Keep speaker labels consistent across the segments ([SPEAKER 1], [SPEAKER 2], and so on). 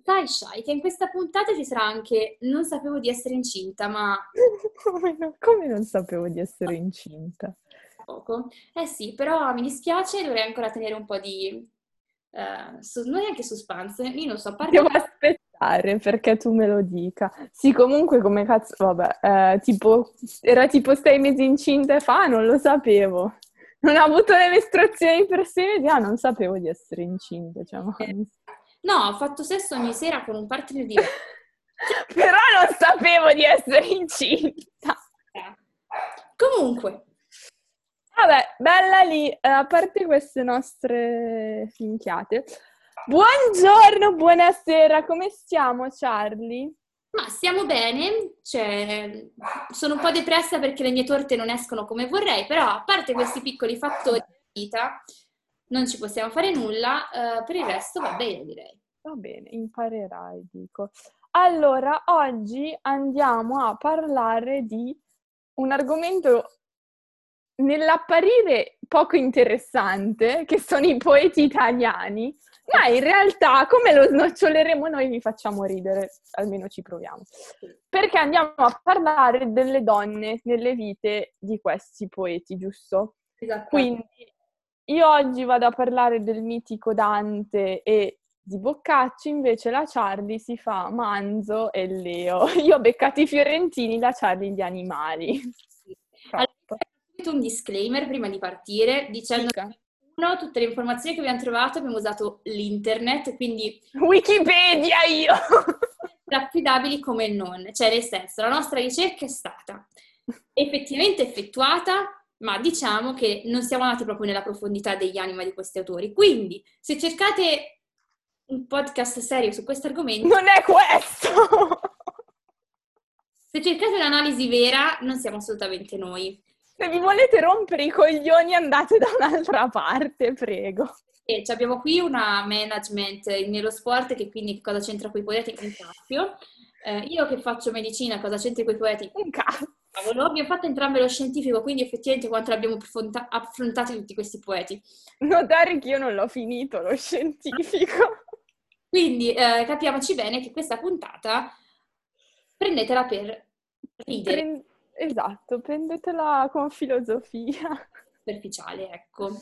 [SPEAKER 1] Sai, che in questa puntata ci sarà anche non sapevo di essere incinta, ma
[SPEAKER 2] Come non sapevo di essere incinta?
[SPEAKER 1] poco. Eh sì, però mi dispiace, dovrei ancora tenere un po' di non è anche suspense, io non so,
[SPEAKER 2] Devo
[SPEAKER 1] parliamo.
[SPEAKER 2] aspettare perché tu me lo dica. Sì, comunque come cazzo, vabbè, era tipo 6 mesi incinta e fa, non lo sapevo. Non ho avuto le mestruazioni per 6 mesi, non sapevo di essere incinta, cioè, ma...
[SPEAKER 1] No, ho fatto sesso ogni sera con un partner diverso.
[SPEAKER 2] Però non sapevo di essere incinta.
[SPEAKER 1] Comunque,
[SPEAKER 2] Vabbè, bella lì, a parte queste nostre finchiate. Buongiorno, buonasera, come stiamo, Charlie?
[SPEAKER 1] ma stiamo bene, cioè, sono un po' depressa perché le mie torte non escono come vorrei, però a parte questi piccoli fattori
[SPEAKER 2] Vabbè,
[SPEAKER 1] di vita, non ci possiamo fare nulla, per il resto va bene, direi.
[SPEAKER 2] va bene, imparerai, dico. Allora, oggi andiamo a parlare di un argomento nell'apparire poco interessante, che sono i poeti italiani, ma in realtà, come lo snoccioleremo noi, vi facciamo ridere, almeno ci proviamo. Perché andiamo a parlare delle donne nelle vite di questi poeti, giusto?
[SPEAKER 1] Esatto.
[SPEAKER 2] Quindi io oggi vado a parlare del mitico Dante e di Boccaccio, invece la Charlie si fa Manzo e Leo. Io ho beccato i fiorentini, la Charlie gli animali.
[SPEAKER 1] Allora,
[SPEAKER 2] Top.
[SPEAKER 1] subito un disclaimer prima di partire, dicendo
[SPEAKER 2] Dica.
[SPEAKER 1] che uno, tutte le informazioni che abbiamo trovato abbiamo usato l'internet, quindi
[SPEAKER 2] Wikipedia io!
[SPEAKER 1] affidabili come non, cioè nel senso la nostra ricerca è stata effettivamente effettuata, ma diciamo che non siamo andati proprio nella profondità degli anima di questi autori. Quindi, se cercate un podcast serio su questo argomento,
[SPEAKER 2] Non è questo!
[SPEAKER 1] se cercate un'analisi vera, non siamo assolutamente noi.
[SPEAKER 2] Se vi volete rompere i coglioni andate da un'altra parte, prego.
[SPEAKER 1] E abbiamo qui una management nello sport che quindi cosa c'entra con i poeti? Un cacchio. Io che faccio medicina, cosa c'entra con i poeti?
[SPEAKER 2] Un cazzo.
[SPEAKER 1] Cavolo, abbiamo fatto entrambe lo scientifico, quindi effettivamente quanto abbiamo affrontati tutti questi poeti.
[SPEAKER 2] Notare che io non l'ho finito, lo scientifico.
[SPEAKER 1] Quindi capiamoci bene che questa puntata prendetela per ridere,
[SPEAKER 2] Esatto, prendetela con filosofia.
[SPEAKER 1] superficiale, ecco.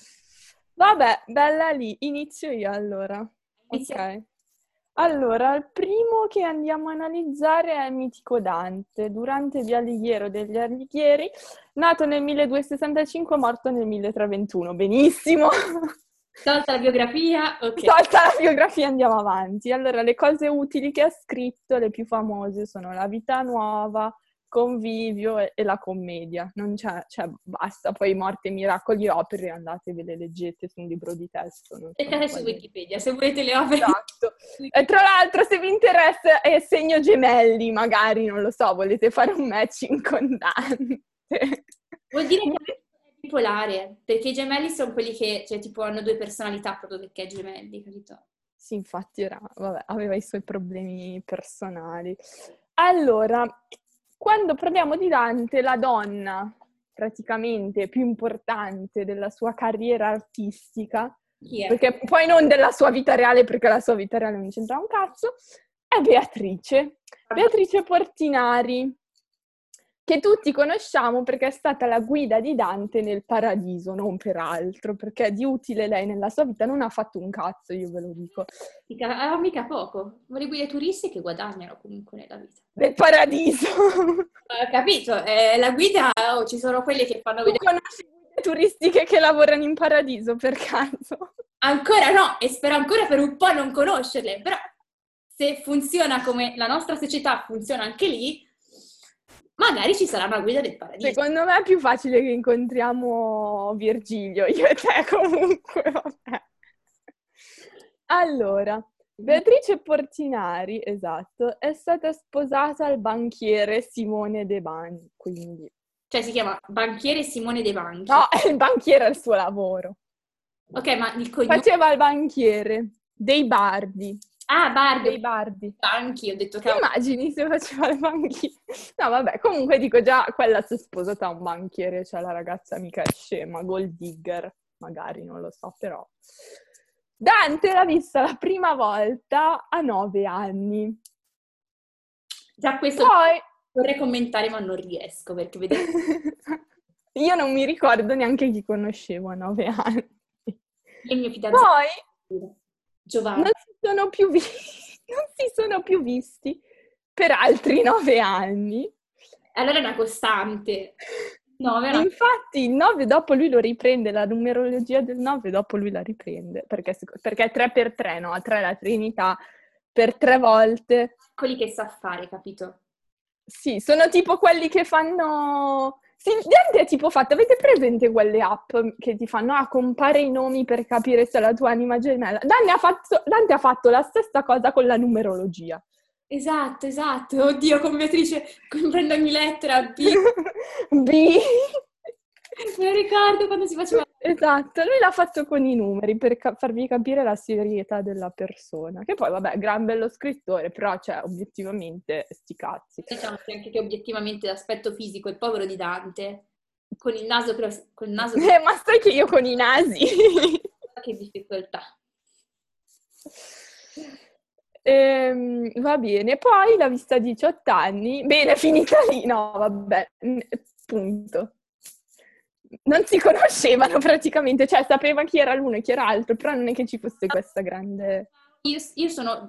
[SPEAKER 2] Vabbè, bella lì. Inizio io allora.
[SPEAKER 1] Iniziamo.
[SPEAKER 2] Ok. Allora, il primo che andiamo a analizzare è il mitico Dante, Durante di Alighiero degli Alighieri, nato nel 1265, morto nel 1321. Benissimo!
[SPEAKER 1] Tolta la biografia, ok.
[SPEAKER 2] Tolta la biografia, andiamo avanti. Allora, le cose utili che ha scritto, le più famose, sono La vita nuova, Convivio e La commedia. Non c'è, cioè, basta. Poi Morte, Miracoli, Opere, andate, ve le leggete su un libro di testo. Non sono
[SPEAKER 1] Cercate su
[SPEAKER 2] quelle...
[SPEAKER 1] Wikipedia se volete le opere.
[SPEAKER 2] Esatto. E tra l'altro, se vi interessa, è segno gemelli, magari, non lo so, volete fare un matching con Dante.
[SPEAKER 1] Vuol dire che è bipolare, perché i gemelli sono quelli che, cioè, tipo, hanno due personalità proprio perché è gemelli, capito?
[SPEAKER 2] Sì, infatti vabbè, aveva i suoi problemi personali. Allora, quando parliamo di Dante, la donna praticamente più importante della sua carriera artistica,
[SPEAKER 1] Chi è?
[SPEAKER 2] perché poi non della sua vita reale, perché la sua vita reale non c'entra un cazzo, è Beatrice. Beatrice Portinari, che tutti conosciamo perché è stata la guida di Dante nel paradiso, non per altro, perché di utile lei nella sua vita non ha fatto un cazzo, io ve lo dico.
[SPEAKER 1] Mica poco. Ma le guide turistiche guadagnano comunque nella vita.
[SPEAKER 2] Del paradiso!
[SPEAKER 1] Ho capito, la guida, oh, ci sono quelli che fanno
[SPEAKER 2] Tu
[SPEAKER 1] vedere.
[SPEAKER 2] conosci guide turistiche che lavorano in paradiso, per caso?
[SPEAKER 1] Ancora no, e spero ancora per un po' non conoscerle, però se funziona come la nostra società funziona anche lì, magari ci sarà una guida del paradiso.
[SPEAKER 2] Secondo me è più facile che incontriamo Virgilio, io e te comunque, vabbè. Allora, Beatrice Portinari, esatto, è stata sposata al banchiere Simone De Banchi, quindi...
[SPEAKER 1] Cioè si chiama Banchiere Simone De Banchi.
[SPEAKER 2] No, il banchiere è il suo lavoro.
[SPEAKER 1] Ok, ma il cognome...
[SPEAKER 2] Faceva il banchiere dei Bardi.
[SPEAKER 1] Ah, Bardi,
[SPEAKER 2] Dei
[SPEAKER 1] ok.
[SPEAKER 2] Bardi.
[SPEAKER 1] Banchi, ho detto
[SPEAKER 2] Ti
[SPEAKER 1] cavolo.
[SPEAKER 2] immagini se faceva il banchiere? No, vabbè, comunque dico già, quella si è sposata a un banchiere, cioè la ragazza mica è scema, gold digger, magari, non lo so, però Dante l'ha vista la prima volta a 9 anni.
[SPEAKER 1] Già questo
[SPEAKER 2] Poi...
[SPEAKER 1] vorrei commentare, ma non riesco, perché vedete...
[SPEAKER 2] Io non mi ricordo neanche chi conoscevo a 9 anni.
[SPEAKER 1] il mio fidanzato
[SPEAKER 2] Poi
[SPEAKER 1] Giovanni.
[SPEAKER 2] non si sono più visti per altri 9 anni.
[SPEAKER 1] Allora è una costante. No, veramente.
[SPEAKER 2] Infatti il 9 dopo lui lo riprende, la numerologia del 9 dopo lui la riprende, perché è 3x3, no? 3 la Trinità, per 3 volte.
[SPEAKER 1] Quelli che sa fare, capito?
[SPEAKER 2] Sì, sono tipo quelli che fanno... Sì, Dante è tipo fatto, avete presente quelle app che ti fanno, compare i nomi per capire se è la tua anima gemella? Dante ha fatto la stessa cosa con la numerologia.
[SPEAKER 1] Esatto. Oddio, con Beatrice prendo ogni lettera B.
[SPEAKER 2] B.
[SPEAKER 1] Me lo ricordo quando si faceva...
[SPEAKER 2] Esatto, lui l'ha fatto con i numeri per farvi capire la serietà della persona. Che poi, vabbè, gran bello scrittore, però, cioè, obiettivamente, sti cazzi.
[SPEAKER 1] Diciamo anche che obiettivamente l'aspetto fisico, il povero di Dante, con il naso... Con il naso
[SPEAKER 2] Ma stai che io con i nasi...
[SPEAKER 1] che difficoltà.
[SPEAKER 2] Va bene, poi l'ha vista a 18 anni. Bene, finita lì. No, vabbè, punto. Non si conoscevano praticamente, cioè sapeva chi era l'uno e chi era l'altro, però non è che ci fosse questa grande...
[SPEAKER 1] Io sono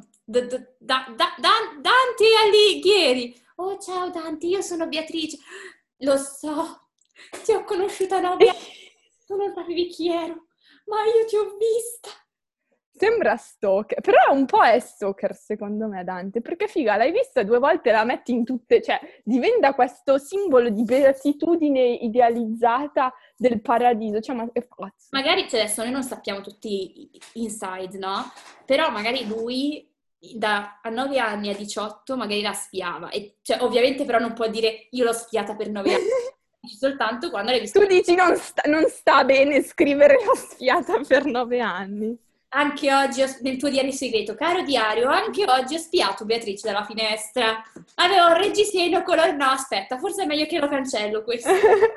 [SPEAKER 1] Dante Alighieri. Oh, ciao Dante, io sono Beatrice. Lo so, ti ho conosciuta 9 anni, tu non sapevi chi ero, ma io ti ho vista.
[SPEAKER 2] Sembra stalker, però un po' è stalker secondo me Dante, perché figa, l'hai vista 2 volte, la metti in tutte, cioè diventa questo simbolo di beatitudine idealizzata del paradiso, cioè ma che pazzo.
[SPEAKER 1] Magari cioè, adesso noi non sappiamo tutti i inside, no? Però magari lui a 9 anni a 18 magari la spiava. E, cioè, ovviamente però non può dire io l'ho spiata per 9 anni, soltanto quando l'hai vista.
[SPEAKER 2] Tu dici non sta bene scrivere la sfiata per 9 anni.
[SPEAKER 1] Anche oggi, nel tuo diario segreto, caro diario, anche oggi ho spiato Beatrice dalla finestra. Avevo un reggiseno color... No, aspetta, forse è meglio che lo cancello questo.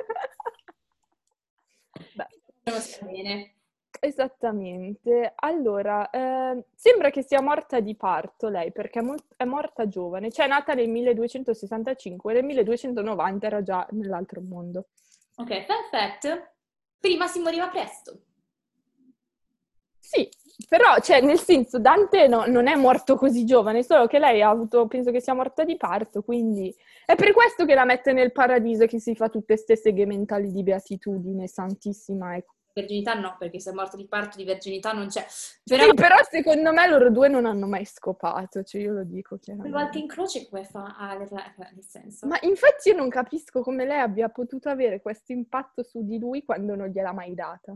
[SPEAKER 2] Beh.
[SPEAKER 1] Non sta bene.
[SPEAKER 2] Esattamente. Allora, sembra che sia morta di parto lei, perché è morta giovane, cioè è nata nel 1265 e nel 1290 era già nell'altro mondo.
[SPEAKER 1] Ok, perfetto. Prima si moriva presto.
[SPEAKER 2] Sì, però, cioè, nel senso, Dante non è morto così giovane, solo che lei ha avuto, penso che sia morta di parto, quindi è per questo che la mette nel paradiso e che si fa tutte ste seghe mentali di beatitudine, santissima, ecco.
[SPEAKER 1] Verginità no, perché se è morto di parto di verginità non c'è.
[SPEAKER 2] Però... Sì, però secondo me loro due non hanno mai scopato, cioè io lo dico
[SPEAKER 1] Due
[SPEAKER 2] chiaramente.
[SPEAKER 1] volte in croce come fa nel senso?
[SPEAKER 2] Ma infatti io non capisco come lei abbia potuto avere questo impatto su di lui quando non gliel'ha mai data.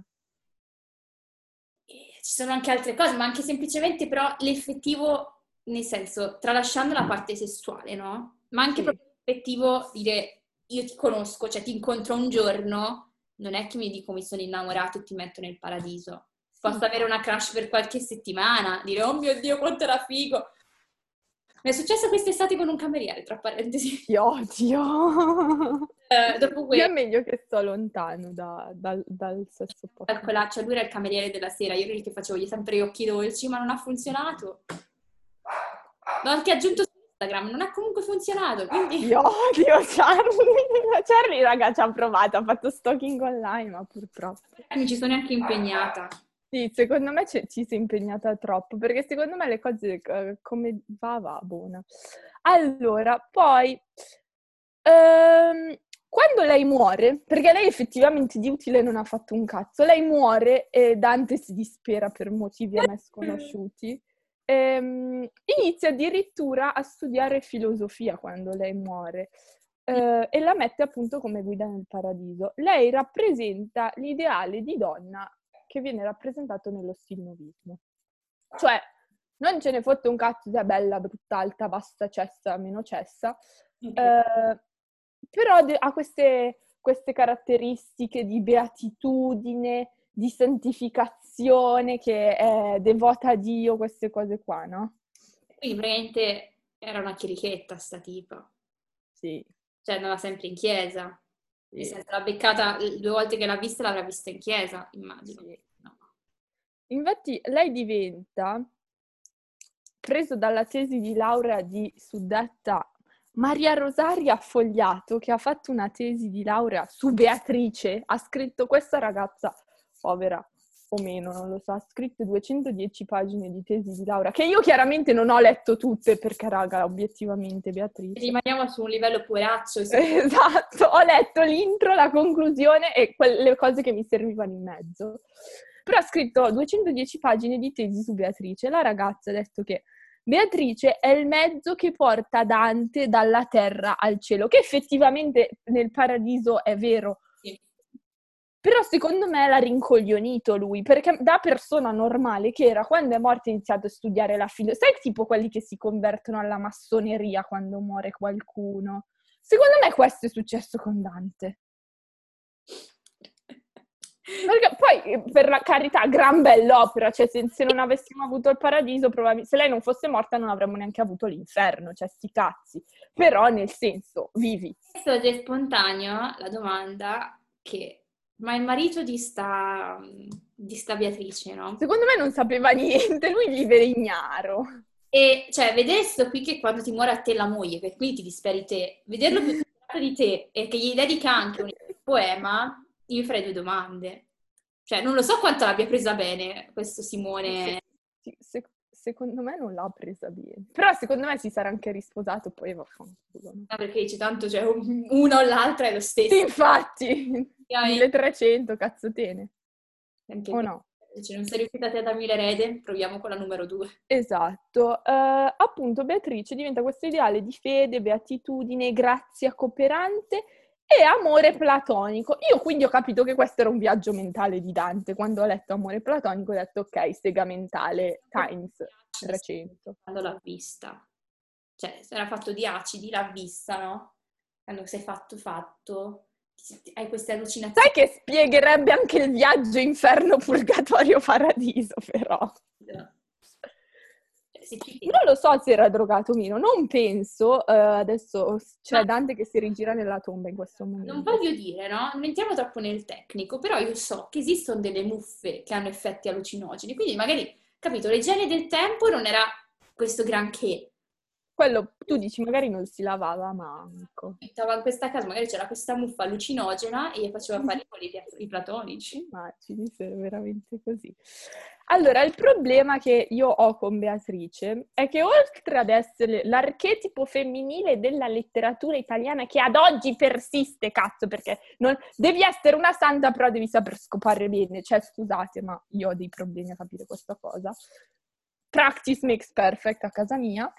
[SPEAKER 1] Ci sono anche altre cose, ma anche semplicemente però l'effettivo, nel senso, tralasciando la parte sessuale, no? Ma anche
[SPEAKER 2] Sì.
[SPEAKER 1] proprio l'effettivo dire io ti conosco, cioè ti incontro un giorno, non è che mi dico mi sono innamorato e ti metto nel paradiso. Posso avere una crush per qualche settimana, dire oh mio Dio quanto era figo. Mi è successo quest'estate con un cameriere, tra parentesi.
[SPEAKER 2] Ti odio!
[SPEAKER 1] Dopo
[SPEAKER 2] Io è
[SPEAKER 1] questo,
[SPEAKER 2] meglio che sto lontano dal sesso opposto.
[SPEAKER 1] cioè lui era il cameriere della sera, io ero lì che facevo sempre gli occhi dolci, ma non ha funzionato. L'ho anche aggiunto su Instagram, non ha comunque funzionato, quindi...
[SPEAKER 2] Io odio Charlie! Charlie, raga, ci ha provato, ha fatto stalking online, ma purtroppo...
[SPEAKER 1] Non ci sono neanche impegnata.
[SPEAKER 2] Sì, secondo me ci sei impegnata troppo, perché secondo me le cose come va, buona. Allora, poi, quando lei muore, perché lei effettivamente di utile non ha fatto un cazzo, lei muore e Dante si dispera per motivi a me sconosciuti, inizia addirittura a studiare filosofia quando lei muore. E la mette appunto come guida nel paradiso. Lei rappresenta l'ideale di donna che viene rappresentato nello stilnovismo. Cioè, non ce ne fotte un cazzo se è bella, brutta, alta, bassa, cessa, meno cessa,
[SPEAKER 1] Okay.
[SPEAKER 2] però ha queste caratteristiche di beatitudine, di santificazione, che è devota a Dio, queste cose qua, no?
[SPEAKER 1] Quindi praticamente era una chierichetta sta tipa.
[SPEAKER 2] Sì.
[SPEAKER 1] Cioè andava sempre in chiesa. Nel
[SPEAKER 2] Sì.
[SPEAKER 1] senso, l'ha beccata 2 volte che l'ha vista, l'avrà vista in chiesa, immagino.
[SPEAKER 2] Sì.
[SPEAKER 1] No.
[SPEAKER 2] Infatti lei diventa, preso dalla tesi di laurea di suddetta Maria Rosaria Fogliato, che ha fatto una tesi di laurea su Beatrice, ha scritto questa ragazza, povera o meno, non lo so, ha scritto 210 pagine di tesi di laurea, che io chiaramente non ho letto tutte, perché raga, obiettivamente Beatrice.
[SPEAKER 1] Rimaniamo su un livello poveraccio.
[SPEAKER 2] Esatto, ho letto l'intro, la conclusione e quelle cose che mi servivano in mezzo. Però ha scritto 210 pagine di tesi su Beatrice. La ragazza ha detto che Beatrice è il mezzo che porta Dante dalla terra al cielo, che effettivamente nel paradiso è vero.
[SPEAKER 1] Sì.
[SPEAKER 2] Però secondo me l'ha rincoglionito lui, perché da persona normale che era, quando è morto ha iniziato a studiare la filosofia. Sai, tipo quelli che si convertono alla massoneria quando muore qualcuno? Secondo me questo è successo con Dante. Perché poi, per la carità, gran bell'opera, cioè se non avessimo avuto il paradiso, probabilmente, se lei non fosse morta non avremmo neanche avuto l'inferno, cioè sti cazzi. Però, nel senso, vivi.
[SPEAKER 1] Sorge spontaneo la domanda che, ma il marito di sta Beatrice, no?
[SPEAKER 2] Secondo me non sapeva niente, lui vive ignaro.
[SPEAKER 1] E cioè, vedere sto qui che quando ti muore a te la moglie, perché quindi ti disperi te, vederlo più disperato di te e che gli dedica anche un poema, io mi farei due domande. Cioè, non lo so quanto l'abbia presa bene questo Simone.
[SPEAKER 2] Secondo me non l'ha presa bene. Però secondo me si sarà anche risposato, poi vaffanculo.
[SPEAKER 1] No, perché dice tanto, cioè, una o l'altra è lo stesso.
[SPEAKER 2] Sì, infatti, 1300, cazzo te
[SPEAKER 1] Anche
[SPEAKER 2] o no?
[SPEAKER 1] Dice, non sei riuscita a darmi l'erede? Proviamo con la numero 2.
[SPEAKER 2] Esatto. Appunto Beatrice diventa questo ideale di fede, beatitudine, grazia cooperante e amore platonico. Io quindi ho capito che questo era un viaggio mentale di Dante. Quando ho letto amore platonico ho detto ok, sega mentale times 300.
[SPEAKER 1] Quando l'ha vista. Cioè, se era fatto di acidi, l'ha vista, no? Quando sei fatto, hai queste allucinazioni.
[SPEAKER 2] Sai che spiegherebbe anche il viaggio inferno, purgatorio, paradiso, però. Non lo so se era drogato o meno, non penso. Adesso c'è Dante che si rigira nella tomba in questo momento.
[SPEAKER 1] Non voglio dire, no? Non entriamo troppo nel tecnico, però io so che esistono delle muffe che hanno effetti allucinogeni, quindi magari, capito, le gene del tempo non era questo granché.
[SPEAKER 2] Quello, tu dici, magari non si lavava manco.
[SPEAKER 1] Stava in questa casa, magari c'era questa muffa allucinogena e gli faceva fare i platonici.
[SPEAKER 2] Immagini se è veramente così. Allora, il problema che io ho con Beatrice è che oltre ad essere l'archetipo femminile della letteratura italiana che ad oggi persiste, cazzo, perché non devi essere una santa, però devi saper scopare bene. Cioè, scusate, ma io ho dei problemi a capire questa cosa. Practice makes perfect a casa mia.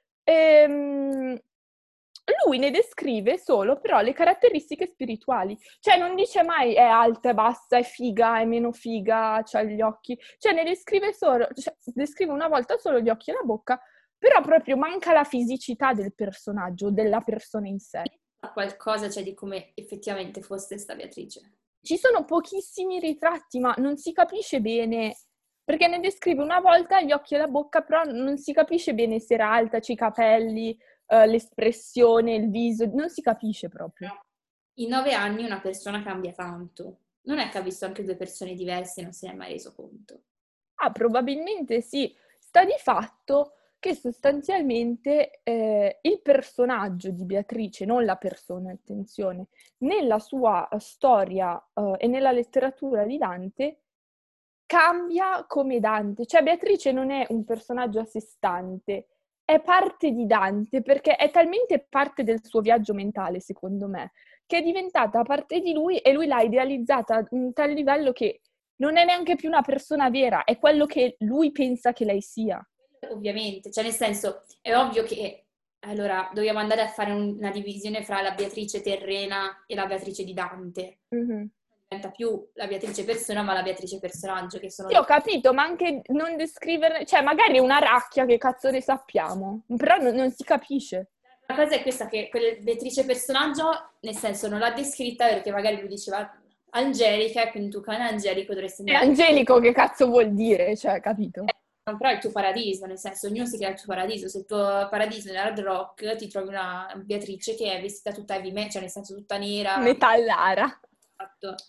[SPEAKER 2] Lui ne descrive solo però le caratteristiche spirituali, cioè non dice mai è alta, è bassa, è figa, è meno figa, c'ha gli occhi, cioè ne descrive solo, cioè, descrive una volta solo gli occhi e la bocca, però proprio manca la fisicità del personaggio, della persona in sé.
[SPEAKER 1] Qualcosa, cioè, di come effettivamente fosse sta Beatrice.
[SPEAKER 2] Ci sono pochissimi ritratti, ma non si capisce bene, perché ne descrive una volta gli occhi e la bocca, però non si capisce bene se era alta, c'è i capelli, l'espressione, il viso, non si capisce proprio.
[SPEAKER 1] In 9 anni una persona cambia tanto. Non è che ha visto anche due persone diverse e non se ne è mai reso conto.
[SPEAKER 2] Ah, probabilmente sì. Sta di fatto che sostanzialmente il personaggio di Beatrice, non la persona, attenzione, nella sua storia e nella letteratura di Dante cambia come Dante. Cioè Beatrice non è un personaggio a sé stante, è parte di Dante perché è talmente parte del suo viaggio mentale, secondo me, che è diventata parte di lui e lui l'ha idealizzata a un tal livello che non è neanche più una persona vera, è quello che lui pensa che lei sia.
[SPEAKER 1] Ovviamente, cioè nel senso, è ovvio che allora dobbiamo andare a fare una divisione fra la Beatrice terrena e la Beatrice di Dante.
[SPEAKER 2] Mm-hmm.
[SPEAKER 1] Non diventa più la Beatrice persona, ma la Beatrice personaggio, che sono...
[SPEAKER 2] Io ho capito, ma anche non descrivere... Cioè, magari è una racchia, che cazzo ne sappiamo? Però non si capisce.
[SPEAKER 1] La cosa è questa, che quella Beatrice personaggio, nel senso, non l'ha descritta perché magari lui diceva Angelica, e quindi tu cane angelico dovresti
[SPEAKER 2] E
[SPEAKER 1] andare...
[SPEAKER 2] angelico che cazzo vuol dire? Cioè, capito?
[SPEAKER 1] Però è il tuo paradiso, nel senso, ognuno si crea il suo paradiso. Se il tuo paradiso è nell'hard rock, ti trovi una Beatrice che è vestita tutta heavy metal, cioè nel senso tutta nera.
[SPEAKER 2] Metallara.
[SPEAKER 1] Esatto.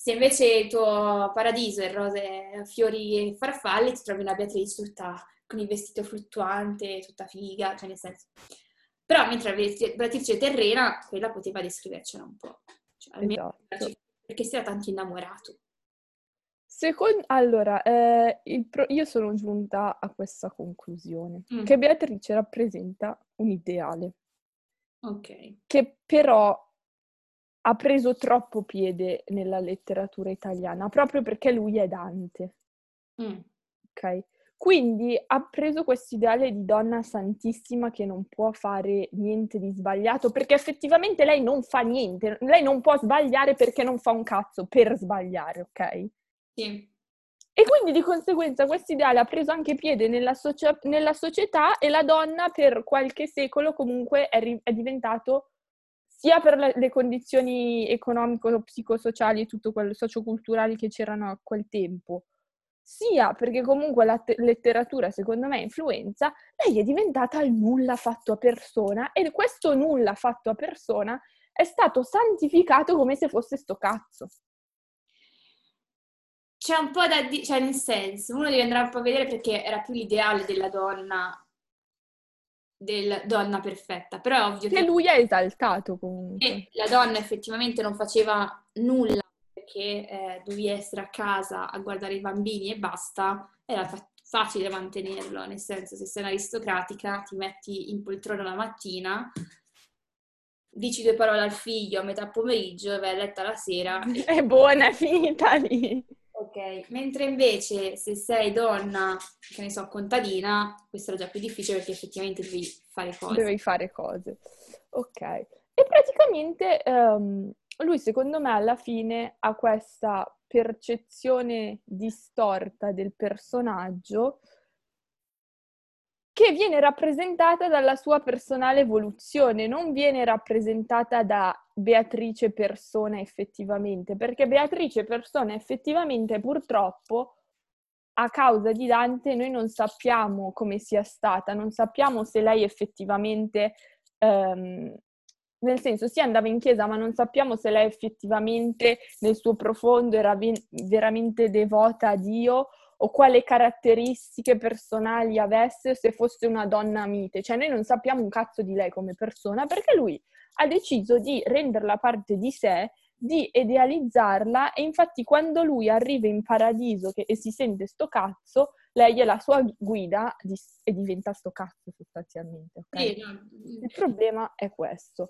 [SPEAKER 1] Se invece il tuo paradiso è rose, fiori e farfalle, ti trovi una Beatrice tutta con il vestito fluttuante, tutta figa, cioè nel senso. Però mentre la Beatrice terrena, quella poteva descrivercela un po'. Cioè, almeno
[SPEAKER 2] Esatto.
[SPEAKER 1] perché si era tanto innamorato.
[SPEAKER 2] Allora, io sono giunta a questa conclusione,
[SPEAKER 1] Mm,
[SPEAKER 2] che Beatrice rappresenta un ideale,
[SPEAKER 1] ok.
[SPEAKER 2] che però ha preso troppo piede nella letteratura italiana, proprio perché lui è Dante,
[SPEAKER 1] Mm,
[SPEAKER 2] ok? Quindi ha preso questo ideale di donna santissima che non può fare niente di sbagliato, perché effettivamente lei non fa niente, lei non può sbagliare perché non fa un cazzo per sbagliare, ok?
[SPEAKER 1] sì.
[SPEAKER 2] E quindi di conseguenza questo ideale ha preso anche piede nella società e la donna per qualche secolo comunque è diventato, sia per le condizioni economico-psicosociali e tutto quello socioculturali che c'erano a quel tempo, sia perché comunque la letteratura secondo me influenza, lei è diventata il nulla fatto a persona e questo nulla fatto a persona è stato santificato come se fosse sto cazzo.
[SPEAKER 1] C'è un po' da dire, cioè nel senso, uno deve andare un po' a vedere perché era più l'ideale della donna perfetta, però è ovvio
[SPEAKER 2] Che
[SPEAKER 1] che
[SPEAKER 2] lui è esaltato comunque.
[SPEAKER 1] la donna effettivamente non faceva nulla perché dovevi essere a casa a guardare i bambini e basta, era facile mantenerlo, nel senso se sei un'aristocratica ti metti in poltrona la mattina, dici due parole al figlio a metà pomeriggio e vai a letto la sera.
[SPEAKER 2] È buona, è finita lì.
[SPEAKER 1] Ok, mentre invece se sei donna, che ne so, contadina, questo era già più difficile perché effettivamente devi fare cose.
[SPEAKER 2] Devi fare cose. Ok. E praticamente lui secondo me alla fine ha questa percezione distorta del personaggio che viene rappresentata dalla sua personale evoluzione, non viene rappresentata da Beatrice persona effettivamente, perché Beatrice persona effettivamente purtroppo a causa di Dante noi non sappiamo come sia stata, non sappiamo se lei effettivamente, nel senso sì andava in chiesa, ma non sappiamo se lei effettivamente nel suo profondo era veramente devota a Dio o quale caratteristiche personali avesse, se fosse una donna mite. Cioè noi non sappiamo un cazzo di lei come persona perché lui ha deciso di renderla parte di sé, di idealizzarla, e infatti quando lui arriva in paradiso e si sente sto cazzo, lei è la sua guida e diventa sto cazzo sostanzialmente, ok?
[SPEAKER 1] Sì, no.
[SPEAKER 2] Il problema è questo.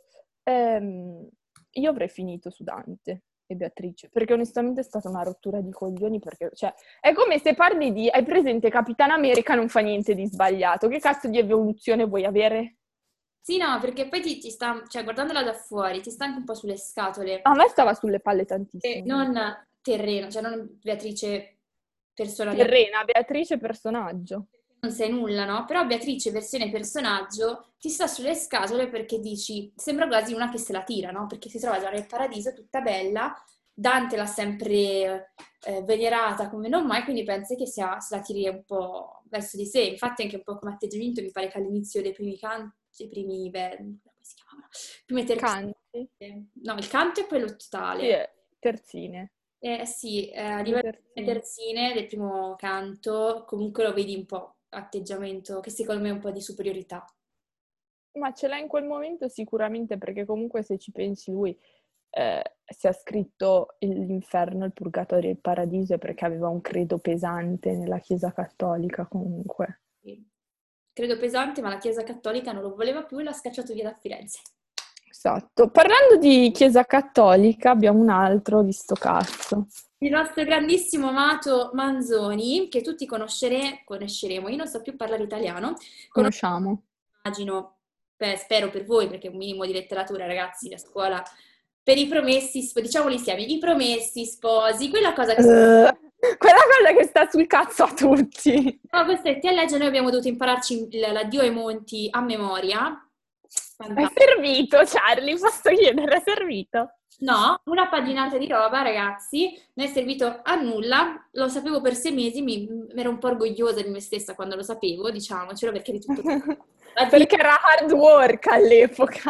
[SPEAKER 2] Io avrei finito su Dante e Beatrice, perché onestamente è stata una rottura di coglioni, perché, cioè, è come se parli di, hai presente Capitan America non fa niente di sbagliato, che cazzo di evoluzione vuoi avere?
[SPEAKER 1] Sì, no, perché poi ti sta, cioè guardandola da fuori, ti sta anche un po' sulle scatole.
[SPEAKER 2] A me stava sulle palle
[SPEAKER 1] E
[SPEAKER 2] tantissimo.
[SPEAKER 1] non terreno, cioè non Beatrice persona
[SPEAKER 2] Terrena, Beatrice personaggio.
[SPEAKER 1] non sei nulla, no? Però Beatrice, versione personaggio, ti sta sulle scatole perché dici, sembra quasi una che se la tira, no? Perché si trova già nel paradiso tutta bella, Dante l'ha sempre venerata come non mai, quindi pensi che se la tiri un po' verso di sé. Infatti anche un po' come atteggiamento mi pare che all'inizio dei primi canti, come si chiamavano? Prime terzine.
[SPEAKER 2] Canti.
[SPEAKER 1] No, il canto è quello
[SPEAKER 2] Sì,
[SPEAKER 1] totale.
[SPEAKER 2] terzine.
[SPEAKER 1] Sì, a
[SPEAKER 2] Le
[SPEAKER 1] livello di
[SPEAKER 2] terzine.
[SPEAKER 1] terzine del primo canto, comunque lo vedi un po' atteggiamento che secondo me è un po' di superiorità.
[SPEAKER 2] Ma ce l'ha in quel momento sicuramente perché comunque se ci pensi lui si è scritto l'inferno, il purgatorio e il paradiso perché aveva un credo pesante nella Chiesa cattolica comunque.
[SPEAKER 1] Sì. Credo pesante, ma la Chiesa Cattolica non lo voleva più e l'ha scacciato via da Firenze.
[SPEAKER 2] Esatto. Parlando di Chiesa cattolica abbiamo un altro di sto cazzo.
[SPEAKER 1] Il nostro grandissimo amato Manzoni, che tutti conosceremo, io non so più parlare italiano,
[SPEAKER 2] Conosciamo.
[SPEAKER 1] immagino, spero per voi, perché è un minimo di letteratura, ragazzi, da scuola, per i promessi, diciamoli insieme, i promessi sposi, quella cosa che
[SPEAKER 2] Quella cosa che sta sul cazzo a tutti.
[SPEAKER 1] siamo costretti a leggere, noi abbiamo dovuto impararci l'addio ai monti a memoria.
[SPEAKER 2] È
[SPEAKER 1] Fantastico.
[SPEAKER 2] servito, Charlie, posso chiedere, è servito?
[SPEAKER 1] No, una paginata di roba, ragazzi, non è servito a nulla, lo sapevo per 6 mesi, mi ero un po' orgogliosa di me stessa quando lo sapevo, diciamocelo, perché di tutto.
[SPEAKER 2] Perché era hard work all'epoca.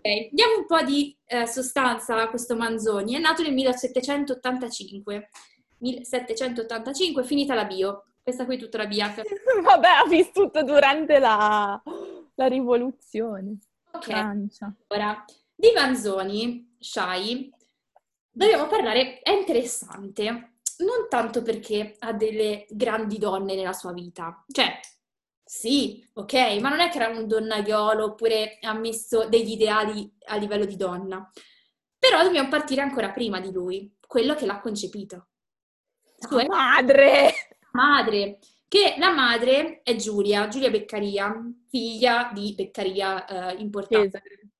[SPEAKER 1] Diamo un po' di sostanza a questo Manzoni. È nato nel 1785. 1785, finita la bio. Questa qui è tutta la bio.
[SPEAKER 2] Vabbè, ha vissuto durante la rivoluzione.
[SPEAKER 1] Ok,
[SPEAKER 2] Francia.
[SPEAKER 1] ora, di Manzoni, Shai, dobbiamo parlare, è interessante, non tanto perché ha delle grandi donne nella sua vita. Cioè, sì, ok, ma non è che era un donnaiolo oppure ha messo degli ideali a livello di donna. Però dobbiamo partire ancora prima di lui, quello che l'ha concepito. Sua
[SPEAKER 2] Sua madre!
[SPEAKER 1] madre, che la madre è Giulia Beccaria, figlia di Beccaria importante.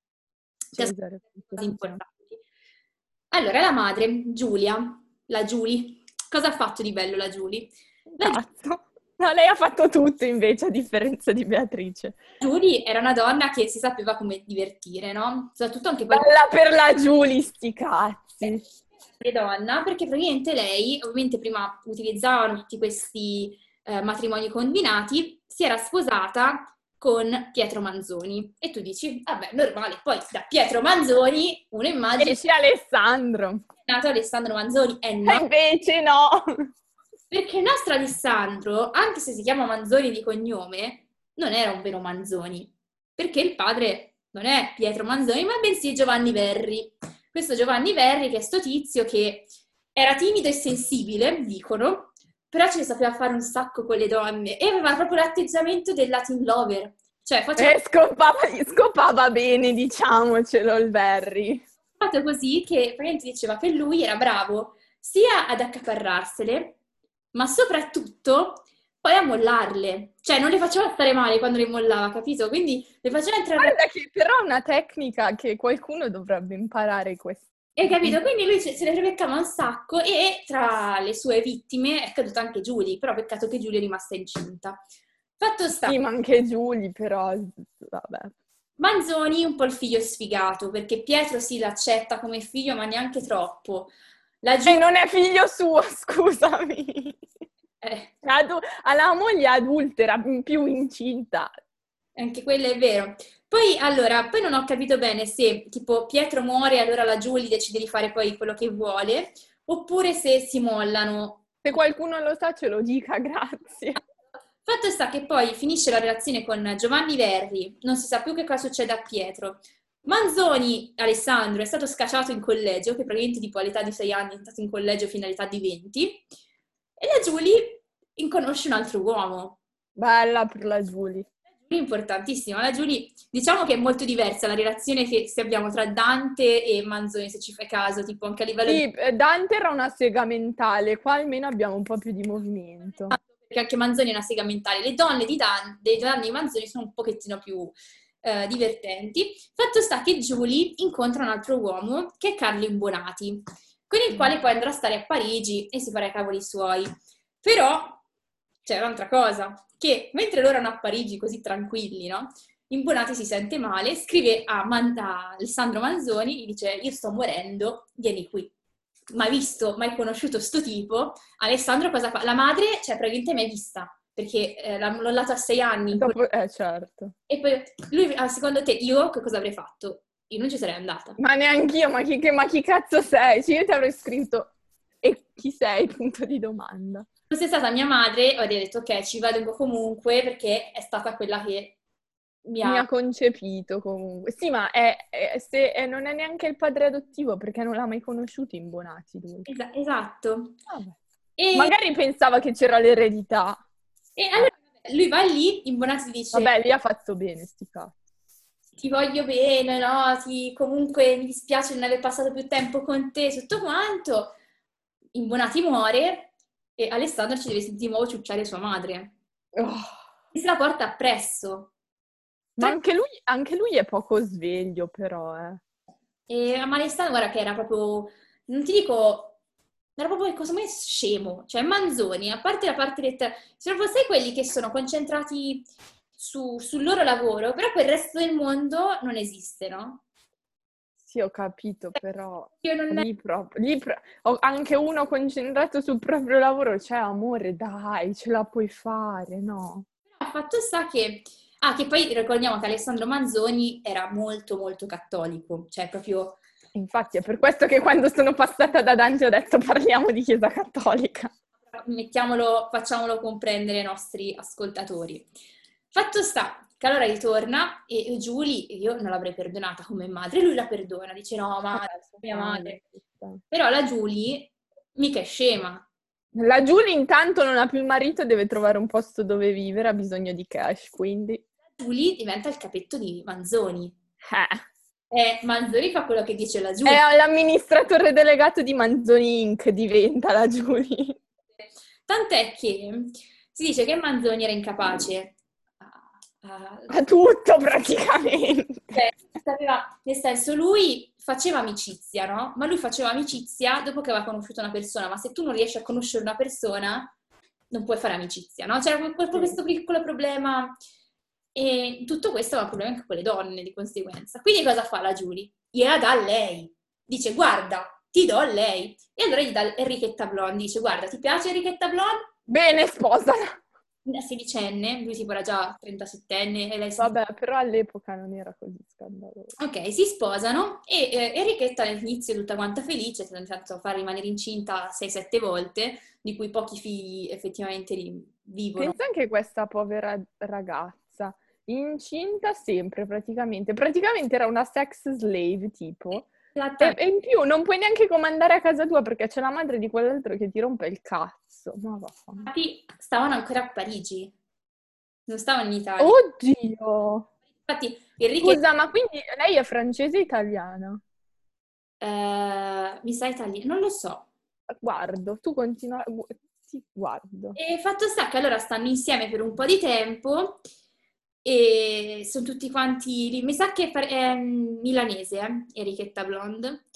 [SPEAKER 2] Cesare.
[SPEAKER 1] Cose importanti. Allora, la madre, Giulia, la Giulia, cosa ha fatto di bello la Giulia? La
[SPEAKER 2] Cazzo. No, lei ha fatto tutto invece, a differenza di Beatrice.
[SPEAKER 1] Giulia era una donna che si sapeva come divertire, no? Soprattutto anche poi
[SPEAKER 2] Bella per la Giulia, sti cazzi.
[SPEAKER 1] donna, perché praticamente lei, ovviamente prima utilizzavano tutti questi matrimoni combinati, si era sposata con Pietro Manzoni. E tu dici, vabbè, normale, poi da Pietro Manzoni uno immagina
[SPEAKER 2] Esce Alessandro.
[SPEAKER 1] è nato Alessandro Manzoni, e
[SPEAKER 2] E
[SPEAKER 1] no,
[SPEAKER 2] invece no.
[SPEAKER 1] perché il nostro Alessandro, anche se si chiama Manzoni di cognome, non era un vero Manzoni, perché il padre non è Pietro Manzoni, ma bensì Giovanni Verri. Questo Giovanni Verri, che è sto tizio che era timido e sensibile, dicono, però ce ne sapeva fare un sacco con le donne e aveva proprio l'atteggiamento del Latin lover. Cioè, faceva
[SPEAKER 2] Scopava bene, diciamocelo, il Berry.
[SPEAKER 1] fatto così che praticamente diceva che lui era bravo sia ad accaparrarsele, ma soprattutto poi a mollarle. Cioè, non le faceva stare male quando le mollava, capito? Quindi le faceva entrare...
[SPEAKER 2] Guarda che però è una tecnica che qualcuno dovrebbe imparare questo.
[SPEAKER 1] Hai capito? Quindi lui se ne beccava un sacco e tra le sue vittime è caduta anche Giulia, però peccato che Giulia è rimasta incinta. Fatto sta,
[SPEAKER 2] Sì, ma anche Giulia, però, vabbè.
[SPEAKER 1] Manzoni un po' il figlio sfigato, perché Pietro sì l'accetta come figlio, ma neanche troppo. La
[SPEAKER 2] E
[SPEAKER 1] Giulia...
[SPEAKER 2] non è figlio suo, scusami. Ha la moglie adultera, più incinta.
[SPEAKER 1] Anche quello è vero. Poi, allora, poi non ho capito bene se tipo Pietro muore e allora la Giulia decide di fare poi quello che vuole, oppure se si mollano.
[SPEAKER 2] Se qualcuno lo sa, ce lo dica, grazie.
[SPEAKER 1] Fatto sta che poi finisce la relazione con Giovanni Verri, non si sa più che cosa succede a Pietro. Manzoni, Alessandro, è stato scacciato in collegio, che praticamente tipo all'età di 6 anni è stato in collegio fino all'età di 20, e la Giulia conosce un altro uomo.
[SPEAKER 2] Bella per la Giulia.
[SPEAKER 1] Importantissima. La Giulia, diciamo che è molto diversa la relazione che se abbiamo tra Dante e Manzoni, se ci fai caso, tipo anche a livello
[SPEAKER 2] Sì, Dante era una sega mentale, qua almeno abbiamo un po' più di movimento.
[SPEAKER 1] perché anche Manzoni è una sega mentale. Le donne dei donne di Manzoni sono un pochettino più divertenti. Fatto sta che Giulia incontra un altro uomo che è Carlo Imbonati, con il quale poi andrà a stare a Parigi e si farà i cavoli suoi. Però c'è un'altra cosa, che mentre loro erano a Parigi così tranquilli, no? Imbonati si sente male, scrive a Alessandro Manzoni, gli dice io sto morendo, vieni qui. Mai visto, mai conosciuto sto tipo, Alessandro cosa fa? La madre, cioè praticamente mai vista, perché l'ha mollato a 6 anni.
[SPEAKER 2] Dopo, certo.
[SPEAKER 1] E poi lui, secondo te, io che cosa avrei fatto? Io non ci sarei andata.
[SPEAKER 2] Ma neanch'io, ma chi cazzo sei? Cioè, io ti avrei scritto, e chi sei? Punto di domanda.
[SPEAKER 1] Se fosse stata mia madre, avrei detto ok, ci vado comunque, perché è stata quella che
[SPEAKER 2] Mi ha concepito comunque. Sì, ma non è neanche il padre adottivo perché non l'ha mai conosciuto Imbonati lui.
[SPEAKER 1] Esatto.
[SPEAKER 2] Vabbè.
[SPEAKER 1] E,
[SPEAKER 2] Magari pensava che c'era l'eredità.
[SPEAKER 1] e allora lui va lì, Imbonati dice
[SPEAKER 2] Vabbè, lì ha fatto bene, sti cazzi.
[SPEAKER 1] ti voglio bene, no? Comunque mi dispiace non aver passato più tempo con te, tutto quanto. Imbonati muore e Alessandro ci deve di nuovo ciucciare sua madre.
[SPEAKER 2] Oh.
[SPEAKER 1] E se la porta appresso.
[SPEAKER 2] Ma anche lui è poco sveglio, però,
[SPEAKER 1] E ma Alessandro, guarda che era proprio, non ti dico, era proprio, secondo me, scemo. Cioè, Manzoni, a parte la parte letteraria, sono proprio sai quelli che sono concentrati sul loro lavoro, però poi il resto del mondo non esiste, no?
[SPEAKER 2] Sì, ho capito, però
[SPEAKER 1] Io non...
[SPEAKER 2] anche uno concentrato sul proprio lavoro, cioè, amore, dai, ce la puoi fare, no?
[SPEAKER 1] Però fatto sta che Ah, che poi ricordiamo che Alessandro Manzoni era molto molto cattolico, cioè proprio...
[SPEAKER 2] Infatti è per questo che quando sono passata da Dante ho detto parliamo di Chiesa Cattolica.
[SPEAKER 1] Facciamolo comprendere ai nostri ascoltatori. Fatto sta che allora ritorna e Giulia, io non l'avrei perdonata come madre, lui la perdona, dice no, madre, mia madre. Però la Giulia mica è scema.
[SPEAKER 2] La Giulia intanto non ha più il marito, deve trovare un posto dove vivere, ha bisogno di cash, quindi...
[SPEAKER 1] Giulia diventa il capetto di Manzoni.
[SPEAKER 2] Eh.
[SPEAKER 1] E Manzoni fa quello che dice la Giulia.
[SPEAKER 2] È l'amministratore delegato di Manzoni Inc. diventa la Giulia.
[SPEAKER 1] Tant'è che si dice che Manzoni era incapace
[SPEAKER 2] A tutto praticamente.
[SPEAKER 1] nel senso, lui faceva amicizia, no? Ma lui faceva amicizia dopo che aveva conosciuto una persona, ma se tu non riesci a conoscere una persona, non puoi fare amicizia, no? C'era questo piccolo problema e tutto questo aveva problemi anche con le donne, di conseguenza. Quindi cosa fa la Giulia? Gliela dà a lei. Dice, guarda, ti do a lei. E allora gli dà Enrichetta Blonde, dice, guarda, ti piace Enrichetta Blonde?
[SPEAKER 2] Bene, sposala.
[SPEAKER 1] Una sedicenne, lui tipo era già 37enne e lei si...
[SPEAKER 2] Vabbè, però all'epoca non era così scandaloso.
[SPEAKER 1] Ok, si sposano e Enrichetta all'inizio è tutta quanta felice, nel senso fa rimanere incinta 6-7 volte, di cui pochi figli effettivamente vivono.
[SPEAKER 2] Pensa anche questa povera ragazza, incinta sempre praticamente. Praticamente era una sex slave tipo. E in più non puoi neanche comandare a casa tua perché c'è la madre di quell'altro che ti rompe il cazzo. Ma vaffanculo.
[SPEAKER 1] Infatti stavano ancora a Parigi, non stavano in Italia.
[SPEAKER 2] Oddio!
[SPEAKER 1] Infatti Enrichetta...
[SPEAKER 2] Scusa, ma quindi lei è francese o italiana?
[SPEAKER 1] mi sa italiano, non lo so.
[SPEAKER 2] Guardo, tu continua... Sì, guardo.
[SPEAKER 1] E fatto sta che allora stanno insieme per un po' di tempo e sono tutti quanti lì. Mi sa che è milanese, Enrichetta Blonde.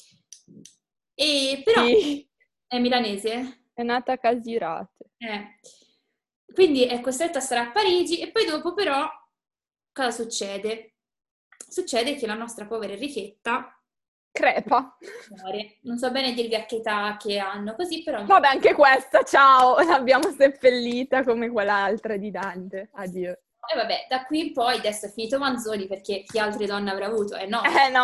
[SPEAKER 1] E però
[SPEAKER 2] Sì,
[SPEAKER 1] è milanese.
[SPEAKER 2] è nata a Casirate.
[SPEAKER 1] Quindi è costretta a stare a Parigi e poi dopo però cosa succede? Succede che la nostra povera Enrichetta
[SPEAKER 2] Crepa.
[SPEAKER 1] muore. Non so bene dirvi a che età che hanno, così però...
[SPEAKER 2] Vabbè, anche questa, ciao, l'abbiamo seppellita come quell'altra di Dante. Addio.
[SPEAKER 1] E vabbè, da qui in poi adesso è finito Manzoni perché chi altre donne avrà avuto? No.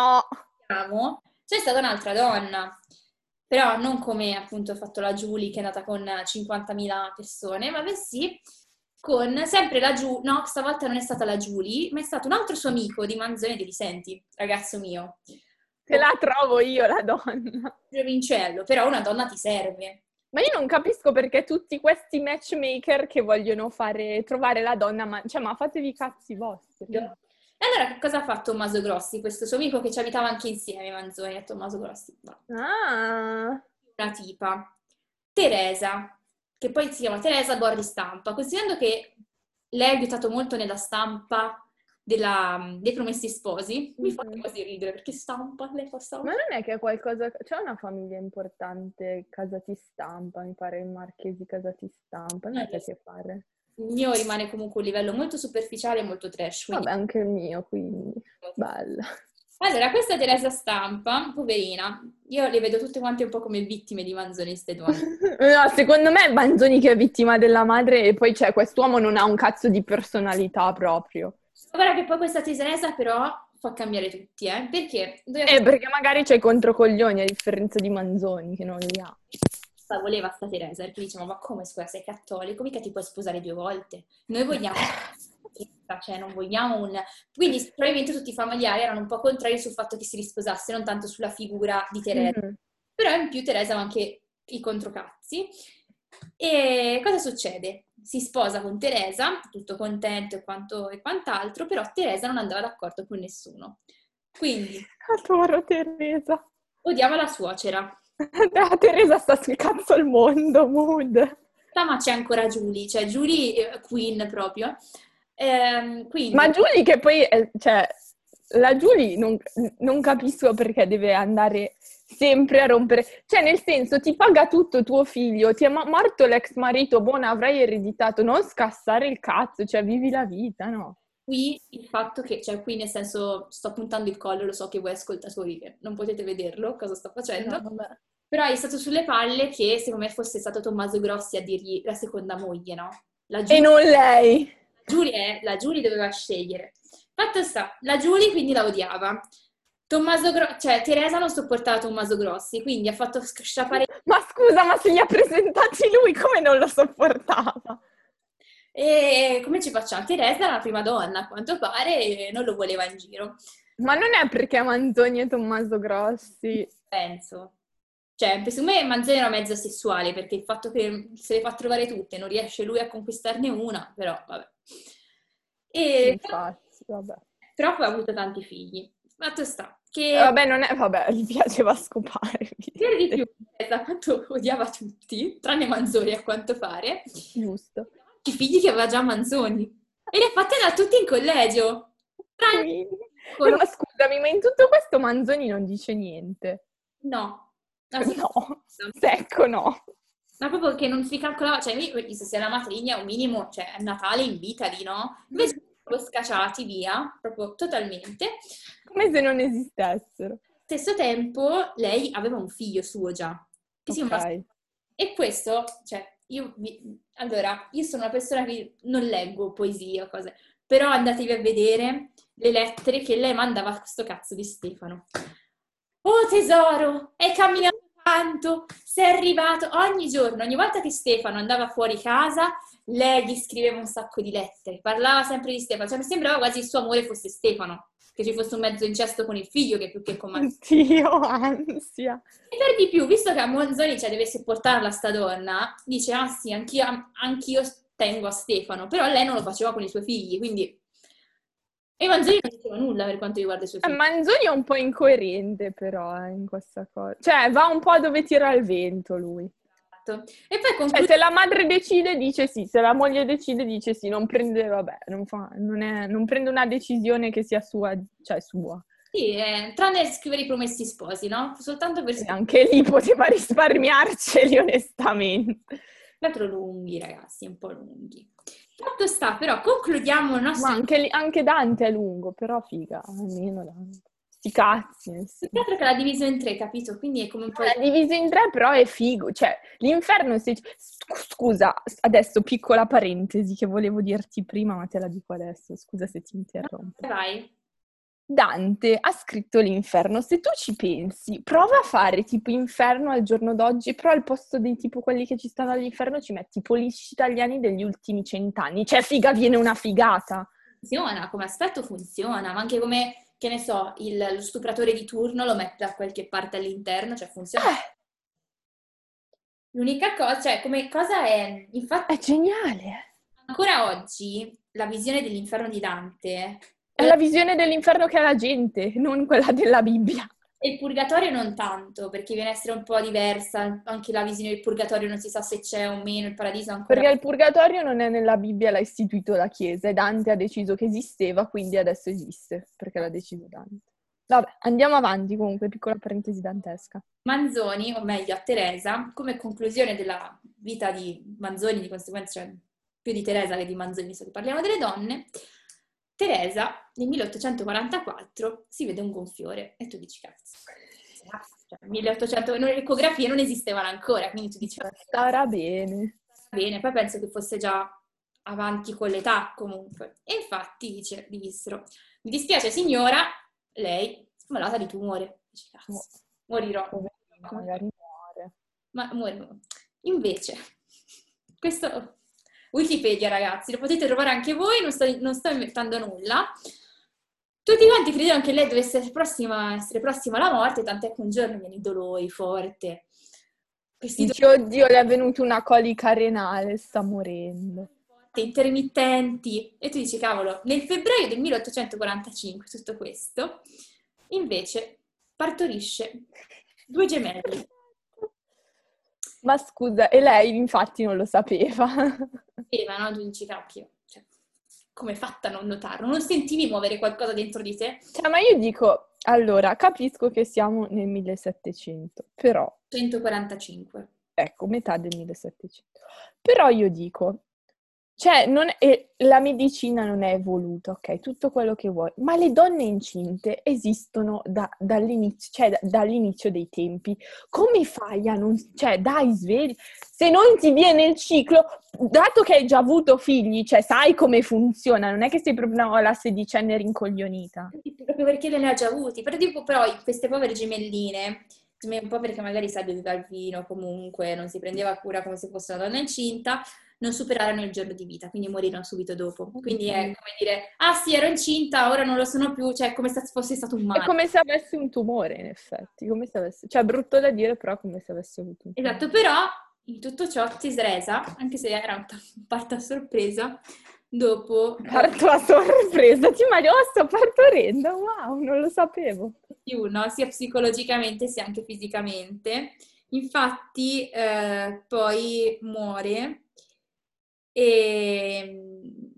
[SPEAKER 2] No.
[SPEAKER 1] C'è stata un'altra donna, però non come appunto ha fatto la Giulia che è nata con 50.000 persone, ma bensì con sempre la Giulia, no, stavolta non è stata la Giulia, ma è stato un altro suo amico di Manzoni e di senti, ragazzo mio.
[SPEAKER 2] Te la trovo io la donna.
[SPEAKER 1] Giovincello, però una donna ti serve.
[SPEAKER 2] Ma io non capisco perché tutti questi matchmaker che vogliono trovare la donna, ma fatevi i cazzi vostri.
[SPEAKER 1] E allora che cosa ha fatto Tommaso Grossi, questo suo amico che ci abitava anche insieme, Manzoni e Tommaso Grossi?
[SPEAKER 2] Ah.
[SPEAKER 1] Una tipa, Teresa, che poi si chiama Teresa Borri Stampa, considerando che lei ha aiutato molto nella stampa dei Promessi Sposi, mi fa quasi ridere perché stampa, lei fa stampa.
[SPEAKER 2] Ma non è che qualcosa... C'è una famiglia importante, Casati Stampa, mi pare il Marchesi Casati Stampa, non è che a che fare.
[SPEAKER 1] Il mio rimane comunque un livello molto superficiale e molto trash. Quindi...
[SPEAKER 2] Vabbè, anche il mio, quindi bella.
[SPEAKER 1] Allora, questa Teresa Stampa, poverina, io le vedo tutte quante un po' come vittime di Manzoni, ste donne.
[SPEAKER 2] No, secondo me è Manzoni che è vittima della madre e poi quest'uomo non ha un cazzo di personalità proprio.
[SPEAKER 1] Guarda che poi questa Teresa però fa cambiare tutti, perché...
[SPEAKER 2] Perché magari c'è i controcoglioni a differenza di Manzoni che non li ha.
[SPEAKER 1] Voleva sta Teresa, perché diciamo, ma come scusa, sei cattolico, mica ti puoi sposare 2 volte. Noi vogliamo... cioè non vogliamo un... Quindi probabilmente tutti i familiari erano un po' contrari sul fatto che si risposasse, non tanto sulla figura di Teresa. Mm-hmm. Però in più Teresa aveva anche i controcazzi. E cosa succede? Si sposa con Teresa, tutto contento e quant'altro, però Teresa non andava d'accordo con nessuno. Quindi...
[SPEAKER 2] Adoro Teresa.
[SPEAKER 1] Odiava la suocera.
[SPEAKER 2] Teresa sta sul cazzo al mondo, mood.
[SPEAKER 1] Ma c'è ancora Giulia, cioè Giulia Queen proprio. Quindi...
[SPEAKER 2] Ma Giulia che poi, la Giulia non capisco perché deve andare sempre a rompere, cioè nel senso ti paga tutto tuo figlio, ti è morto l'ex marito, buona avrai ereditato, non scassare il cazzo, cioè vivi la vita, no?
[SPEAKER 1] Qui il fatto che, cioè qui nel senso sto puntando il collo, lo so che voi ascoltatori che non potete vederlo, cosa sto facendo,
[SPEAKER 2] no, vabbè.
[SPEAKER 1] Però è stato sulle palle che secondo me fosse stato Tommaso Grossi a dirgli la seconda moglie, no?
[SPEAKER 2] E non lei!
[SPEAKER 1] La Giulia doveva scegliere. Fatto sta, la Giulia quindi la odiava. Cioè Teresa non sopportava Tommaso Grossi, quindi ha fatto sciapare.
[SPEAKER 2] Ma scusa, ma se li ha presentati lui, come non lo sopportava?
[SPEAKER 1] E come ci facciamo? Teresa era la prima donna, a quanto pare, e non lo voleva in giro.
[SPEAKER 2] Ma non è perché Manzoni e Tommaso Grossi.
[SPEAKER 1] Penso. Cioè, secondo me Manzoni era mezzo sessuale, perché il fatto che se le fa trovare tutte, non riesce lui a conquistarne una, però vabbè.
[SPEAKER 2] Infatti, vabbè.
[SPEAKER 1] Però poi ha avuto tanti figli. Fatto sta, che
[SPEAKER 2] Vabbè, gli piaceva scopare.
[SPEAKER 1] per di più, Teresa, quanto odiava tutti, tranne Manzoni a quanto pare,
[SPEAKER 2] Giusto.
[SPEAKER 1] i figli che aveva già Manzoni. E li ha fatti andare tutti in collegio. Tranne
[SPEAKER 2] Ma scusami, ma in tutto questo Manzoni non dice niente.
[SPEAKER 1] No.
[SPEAKER 2] No, secco no.
[SPEAKER 1] Ma proprio che non si calcolava, cioè, se sei la matrigna, un minimo, cioè, a Natale invitali, no? Invece proprio scacciati via, proprio totalmente.
[SPEAKER 2] Come se non esistessero.
[SPEAKER 1] Allo stesso tempo, lei aveva un figlio suo già. Che si chiama.
[SPEAKER 2] Ok.
[SPEAKER 1] E questo, cioè, allora, io sono una persona che non leggo poesie o cose, però andatevi a vedere le lettere che lei mandava a questo cazzo di Stefano. Oh tesoro, hai camminato tanto, sei arrivato ogni giorno, ogni volta che Stefano andava fuori casa, lei gli scriveva un sacco di lettere, parlava sempre di Stefano, cioè mi sembrava quasi il suo amore fosse Stefano, che ci fosse un mezzo incesto con il figlio che più che con Manzoni.
[SPEAKER 2] Dio, ansia.
[SPEAKER 1] E per di più, visto che a Manzoni, cioè, deve sopportarla sta donna, dice, ah sì, anch'io tengo a Stefano, però lei non lo faceva con i suoi figli, quindi. E Manzoni non diceva nulla per quanto riguarda i suoi figli.
[SPEAKER 2] Manzoni è un po' incoerente però in questa cosa. Cioè, va un po' dove tira il vento lui.
[SPEAKER 1] E poi
[SPEAKER 2] Cioè, se la madre decide, dice sì. Se la moglie decide, dice sì. Non prende, vabbè, non prende una decisione che sia sua, cioè sua.
[SPEAKER 1] Sì, tranne scrivere i promessi sposi, no? Soltanto per
[SPEAKER 2] E anche lì poteva risparmiarceli, onestamente.
[SPEAKER 1] L'altro lunghi, ragazzi, un po' lunghi. Fatto sta, però, concludiamo il nostro.
[SPEAKER 2] Ma anche Dante è lungo, però figa, almeno Dante. Sti cazzi. Sì.
[SPEAKER 1] Più che altro che l'ha diviso in tre, capito? Quindi è come un po'.
[SPEAKER 2] L'ha diviso in tre, però è figo. Cioè, l'inferno se. Scusa, adesso piccola parentesi che volevo dirti prima, ma te la dico adesso. Scusa se ti interrompo.
[SPEAKER 1] Vai.
[SPEAKER 2] Dante ha scritto l'inferno. Se tu ci pensi, prova a fare tipo inferno al giorno d'oggi, però al posto dei tipo quelli che ci stanno all'inferno ci metti politici italiani degli ultimi 100 anni. Cioè, figa, viene una figata.
[SPEAKER 1] Funziona, come aspetto funziona, ma anche come, che ne so, lo stupratore di turno lo mette da qualche parte all'interno, cioè funziona. L'unica cosa, cioè, come cosa è, infatti,
[SPEAKER 2] È geniale.
[SPEAKER 1] ancora oggi la visione dell'inferno di Dante
[SPEAKER 2] È la visione dell'inferno che ha la gente, non quella della Bibbia.
[SPEAKER 1] e il purgatorio non tanto, perché viene a essere un po' diversa, anche la visione del purgatorio non si sa se c'è o meno, il paradiso ancora.
[SPEAKER 2] Perché il purgatorio non è nella Bibbia, l'ha istituito la Chiesa e Dante ha deciso che esisteva, quindi adesso esiste, perché l'ha deciso Dante. Vabbè, andiamo avanti comunque, piccola parentesi dantesca.
[SPEAKER 1] Manzoni, o meglio a Teresa, come conclusione della vita di Manzoni, di conseguenza cioè, più di Teresa che di Manzoni, visto che parliamo delle donne, Teresa nel 1844 si vede un gonfiore e tu dici cazzo, cioè, 1800, le ecografie non esistevano ancora, quindi tu dici
[SPEAKER 2] Starà bene.
[SPEAKER 1] bene, poi penso che fosse già avanti con l'età comunque. E infatti gli dissero, mi dispiace signora, lei è malata di tumore. Dice, cazzo, morirò.
[SPEAKER 2] Magari muore.
[SPEAKER 1] Ma morirò. Invece, questo Wikipedia ragazzi, lo potete trovare anche voi, non sto inventando nulla. Tutti quanti credevano che lei dovesse essere prossima alla morte, tant'è che un giorno viene i dolori forte.
[SPEAKER 2] Dici, oddio, le è venuta una colica renale, sta morendo.
[SPEAKER 1] Intermittenti. E tu dici, cavolo, nel febbraio del 1845, tutto questo, invece partorisce 2 gemelli.
[SPEAKER 2] Ma scusa, e lei infatti non lo sapeva.
[SPEAKER 1] No? Tu dici, cacchio, cioè, come è fatta a non notarlo? Non sentivi muovere qualcosa dentro di te?
[SPEAKER 2] Cioè, ma io dico, allora, capisco che siamo nel 1700, però.
[SPEAKER 1] 145.
[SPEAKER 2] Ecco, metà del 1700. Però io dico, Cioè, la medicina non è evoluta, ok? Tutto quello che vuoi, ma le donne incinte esistono dall'inizio, cioè dall'inizio dei tempi. Come fai a non... Cioè, dai, svegli. Se non ti viene il ciclo, dato che hai già avuto figli, cioè sai come funziona, non è che sei proprio la sedicenne rincoglionita.
[SPEAKER 1] Proprio perché non ne ha già avuti. Però queste povere gemelline, un po' perché magari sa beveva il vino comunque, non si prendeva cura come se fosse una donna incinta, non superarono il giorno di vita, quindi morirono subito dopo. Quindi è come dire, ah sì, ero incinta, ora non lo sono più, cioè come se fosse stato un
[SPEAKER 2] È
[SPEAKER 1] male.
[SPEAKER 2] come se avessi un tumore, in effetti, come se avessi... Cioè, brutto da dire, però come se avessi avuto un tumore.
[SPEAKER 1] Esatto, però in tutto ciò Tisresa, anche se era un parto a sorpresa, dopo
[SPEAKER 2] Parto a sorpresa, ti immagino, oh, sto partorendo, wow, non lo sapevo.
[SPEAKER 1] più, no? Sia psicologicamente sia anche fisicamente. Infatti poi muore e,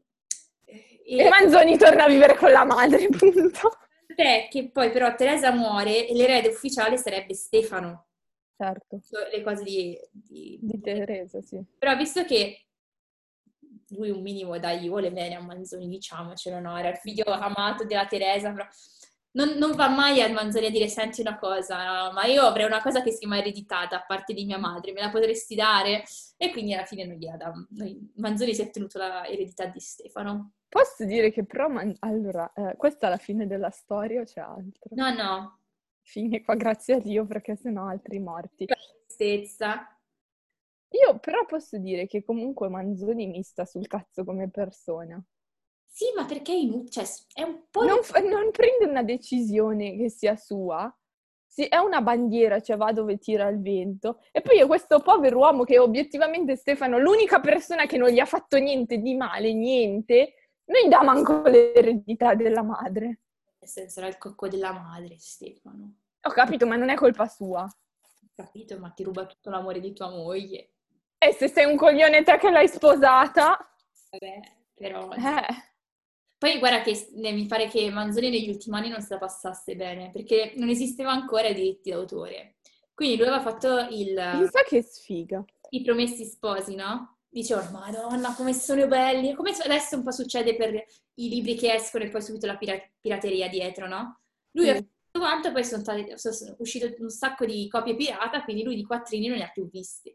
[SPEAKER 2] E Manzoni torna a vivere con la madre, punto.
[SPEAKER 1] che poi però Teresa muore e l'erede ufficiale sarebbe Stefano.
[SPEAKER 2] Certo,
[SPEAKER 1] Le cose
[SPEAKER 2] di Teresa, sì.
[SPEAKER 1] Però visto che lui un minimo, dai, gli vuole bene a Manzoni, diciamocelo, no? Era il figlio amato della Teresa, però non va mai a Manzoni a dire senti una cosa, no, ma io avrei una cosa che si chiama eredità da parte di mia madre, me la potresti dare? E quindi alla fine non gliela dà. Manzoni si è tenuto l'eredità di Stefano.
[SPEAKER 2] Posso dire che però, allora, questa è la fine della storia o c'è altro?
[SPEAKER 1] No, no,
[SPEAKER 2] Fine qua, grazie a Dio, perché sennò altri morti.
[SPEAKER 1] tristezza.
[SPEAKER 2] Io però posso dire che comunque Manzoni mi sta sul cazzo come persona.
[SPEAKER 1] Sì, ma perché è inutile? Cioè, è un po'...
[SPEAKER 2] Non prende una decisione che sia sua. Sì, è una bandiera, cioè va dove tira il vento. E poi è questo povero uomo che obiettivamente Stefano, l'unica persona che non gli ha fatto niente di male, niente, non gli dà manco l'eredità della madre.
[SPEAKER 1] Nel senso, era il cocco della madre, Stefano.
[SPEAKER 2] Ho capito, ma non è colpa sua.
[SPEAKER 1] Ho capito, ma ti ruba tutto l'amore di tua moglie.
[SPEAKER 2] E se sei un coglione te che l'hai sposata...
[SPEAKER 1] Vabbè, però...
[SPEAKER 2] Eh...
[SPEAKER 1] Poi guarda che mi pare che Manzoni negli ultimi anni non se la passasse bene, perché non esisteva ancora i diritti d'autore. Quindi lui aveva fatto
[SPEAKER 2] Chissà che sfiga.
[SPEAKER 1] i Promessi Sposi, no? Diceva, Madonna, come sono belli! Come adesso un po' succede per i libri che escono e poi subito la pirateria dietro, no? Lui ha
[SPEAKER 2] Sì.
[SPEAKER 1] fatto quanto, poi sono uscite un sacco di copie pirata, quindi lui di quattrini non ne ha più visti.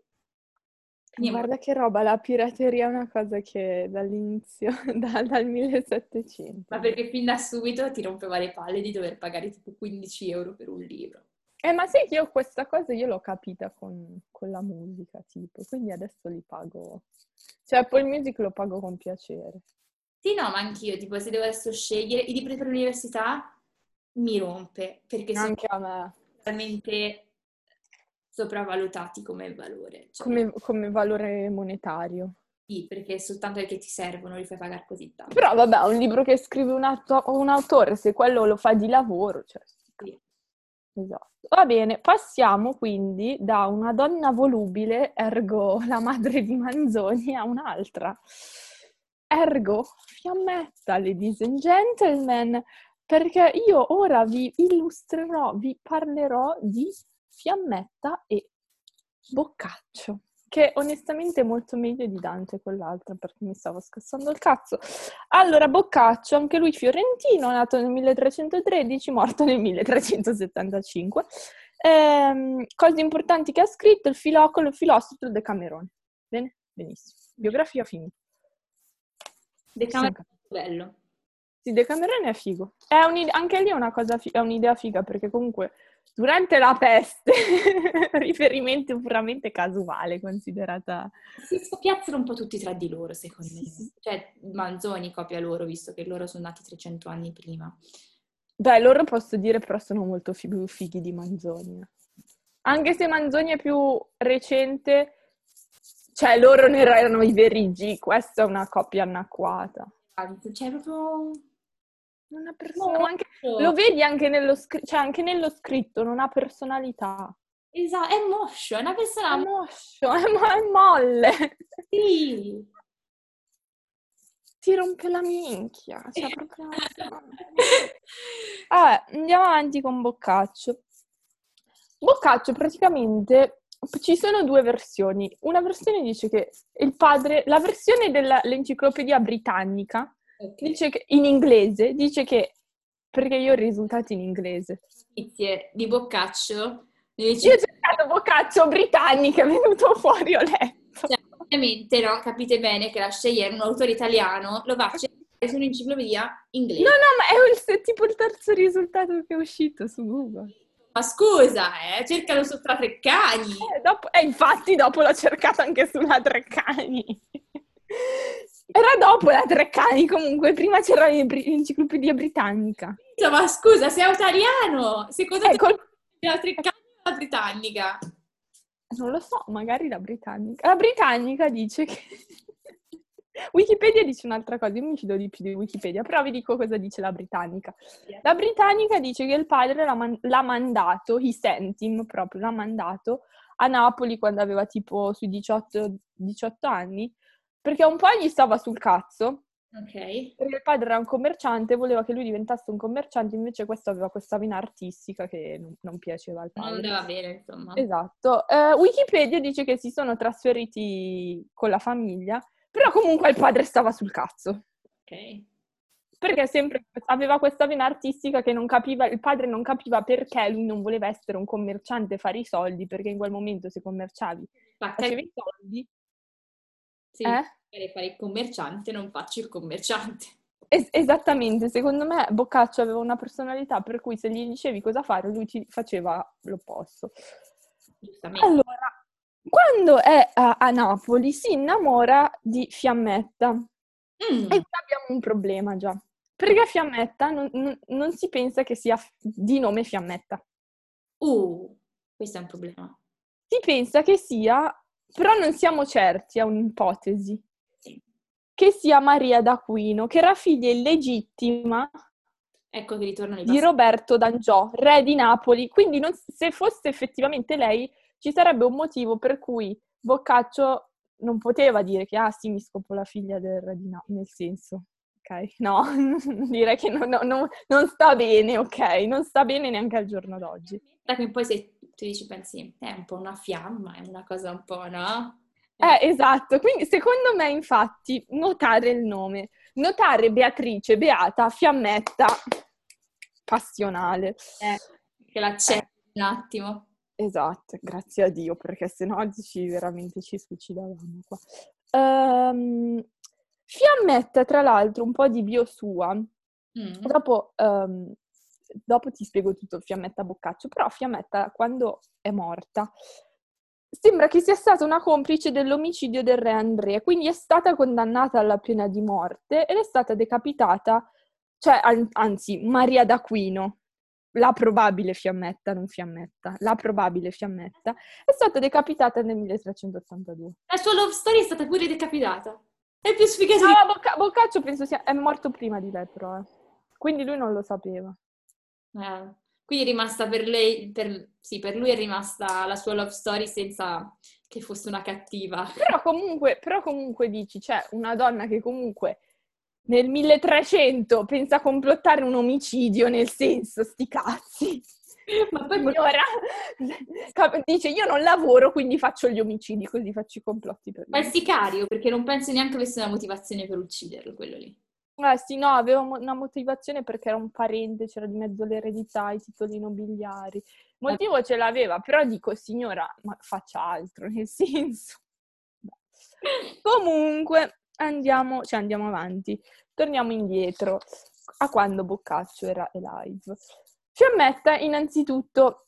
[SPEAKER 2] Guarda che roba, la pirateria è una cosa che dall'inizio, dal 1700.
[SPEAKER 1] Ma perché fin da subito ti rompeva le palle di dover pagare tipo 15 euro per un libro.
[SPEAKER 2] Ma sai che io questa cosa io l'ho capita con la musica, tipo, quindi adesso li pago. Cioè, Apple Music lo pago con piacere.
[SPEAKER 1] Sì, no, ma anch'io, tipo, se devo adesso scegliere i libri per l'università, mi rompe, perché sono
[SPEAKER 2] Anche a me.
[SPEAKER 1] totalmente sopravvalutati come valore. Cioè,
[SPEAKER 2] Come valore monetario.
[SPEAKER 1] sì, perché soltanto perché ti servono, li fai pagare così tanto.
[SPEAKER 2] Però vabbè, un libro che scrive un autore, se quello lo fa di lavoro, cioè...
[SPEAKER 1] Sì.
[SPEAKER 2] Esatto. Va bene, passiamo quindi da una donna volubile, ergo la madre di Manzoni, a un'altra. Ergo Fiammetta, ladies and gentlemen, perché io ora vi illustrerò, vi parlerò di Fiammetta e Boccaccio, che onestamente è molto meglio di Dante quell'altra, perché mi stavo scassando il cazzo. Allora, Boccaccio, anche lui fiorentino, nato nel 1313, morto nel 1375. Cose importanti che ha scritto: il Filocolo, il Filosofo, il Decamerone. Bene? Benissimo. Biografia finita.
[SPEAKER 1] Decamerone è bello.
[SPEAKER 2] Sì, Decamerone è figo. Anche lì è una cosa è un'idea figa, perché comunque durante la peste, riferimento puramente casuale, considerata...
[SPEAKER 1] Si spiazzano un po' tutti tra di loro, secondo me. Cioè, Manzoni copia loro, visto che loro sono nati 300 anni prima.
[SPEAKER 2] Beh, loro posso dire però sono molto più fighi di Manzoni. Anche se Manzoni è più recente, cioè loro ne erano i veri G, questa è una coppia annacquata.
[SPEAKER 1] Cioè, proprio...
[SPEAKER 2] Una persona, lo vedi anche nello scritto, non ha personalità.
[SPEAKER 1] Esatto, è moscio, è una persona...
[SPEAKER 2] È moscio, è molle.
[SPEAKER 1] Sì.
[SPEAKER 2] Ti rompe la minchia, cioè proprio... Vabbè, andiamo avanti con Boccaccio. Boccaccio praticamente ci sono due versioni. Una versione dice che il padre, la versione dell'enciclopedia britannica, dice che, in inglese, dice che, perché io ho i risultati in inglese.
[SPEAKER 1] Notizie di Boccaccio.
[SPEAKER 2] Io ho cercato Boccaccio britannica, è venuto fuori, ho letto.
[SPEAKER 1] Cioè, ovviamente, no, capite bene che la Cheyenne, un autore italiano, lo va a cercare su un'enciclopedia inglese.
[SPEAKER 2] No, ma è tipo il terzo risultato che è uscito su Google.
[SPEAKER 1] Ma scusa, cercalo su Fra Treccani.
[SPEAKER 2] Infatti dopo l'ho cercato anche sulla Treccani. Era dopo la Treccani comunque, prima c'era l'enciclopedia britannica.
[SPEAKER 1] Ma scusa, sei italiano! Secondo te la Treccani o la britannica?
[SPEAKER 2] Non lo so, magari la britannica. La britannica dice che... Wikipedia dice un'altra cosa, io mi fido di più di Wikipedia, però vi dico cosa dice la britannica. La britannica dice che il padre l'ha mandato, he sent him proprio, l'ha mandato a Napoli quando aveva tipo sui 18 anni, perché un po' gli stava sul cazzo.
[SPEAKER 1] Ok.
[SPEAKER 2] Perché il padre era un commerciante, voleva che lui diventasse un commerciante, invece questo aveva questa vena artistica che non piaceva al padre.
[SPEAKER 1] Non andava bene, insomma.
[SPEAKER 2] Esatto. Wikipedia dice che si sono trasferiti con la famiglia, però comunque il padre stava sul cazzo.
[SPEAKER 1] Ok.
[SPEAKER 2] Perché sempre aveva questa vena artistica che non capiva, il padre non capiva perché lui non voleva essere un commerciante e fare i soldi, perché in quel momento se commerciavi facevi i soldi.
[SPEAKER 1] Sì, fare il commerciante, non faccio il commerciante.
[SPEAKER 2] Esattamente, secondo me Boccaccio aveva una personalità per cui se gli dicevi cosa fare, lui ti faceva l'opposto.
[SPEAKER 1] Giustamente.
[SPEAKER 2] Allora, quando è a Napoli si innamora di Fiammetta. E qui abbiamo un problema già, perché Fiammetta non si pensa che sia di nome Fiammetta.
[SPEAKER 1] Questo è un problema.
[SPEAKER 2] Si pensa che sia, però non siamo certi, è un'ipotesi, che sia Maria d'Aquino, che era figlia illegittima
[SPEAKER 1] Ecco che ritornano i
[SPEAKER 2] di Roberto d'Angiò, re di Napoli. Quindi se fosse effettivamente lei, ci sarebbe un motivo per cui Boccaccio non poteva dire che, sì, mi scopo la figlia del re di Napoli, nel senso, ok? No, direi che non sta bene, ok? Non sta bene neanche al giorno d'oggi.
[SPEAKER 1] Poi se tu dici, pensi, è un po' una fiamma, è una cosa un po', no?
[SPEAKER 2] Esatto, quindi secondo me infatti notare il nome, notare Beatrice, Beata, Fiammetta, passionale.
[SPEAKER 1] Che l'accetti un attimo.
[SPEAKER 2] Esatto, grazie a Dio, perché sennò veramente ci suicidavamo qua. Fiammetta, tra l'altro, un po' di bio sua. Dopo ti spiego tutto Fiammetta Boccaccio, però Fiammetta, quando è morta, sembra che sia stata una complice dell'omicidio del re Andrea, quindi è stata condannata alla pena di morte ed è stata decapitata, cioè, anzi, Maria d'Aquino, la probabile Fiammetta, non Fiammetta, la probabile Fiammetta, è stata decapitata nel 1382.
[SPEAKER 1] La sua love story è stata pure decapitata. È più sfigato
[SPEAKER 2] Boccaccio penso è morto prima di lei, però. Quindi lui non lo sapeva.
[SPEAKER 1] Quindi è rimasta per lei, per lui è rimasta la sua love story senza che fosse una cattiva.
[SPEAKER 2] Però comunque dici, c'è una donna che comunque nel 1300 pensa a complottare un omicidio, nel senso, sti cazzi. Ma poi signora dice, io non lavoro, quindi faccio gli omicidi, così faccio i complotti per
[SPEAKER 1] Ma il sicario, perché non penso neanche avesse una motivazione per ucciderlo, quello lì.
[SPEAKER 2] Sì, no, aveva una motivazione perché era un parente, c'era di mezzo l'eredità, i titoli nobiliari. Motivo ce l'aveva, però dico, signora, ma faccia altro, nel senso. Comunque, andiamo avanti. Torniamo indietro a quando Boccaccio era alive. Fiammetta, innanzitutto,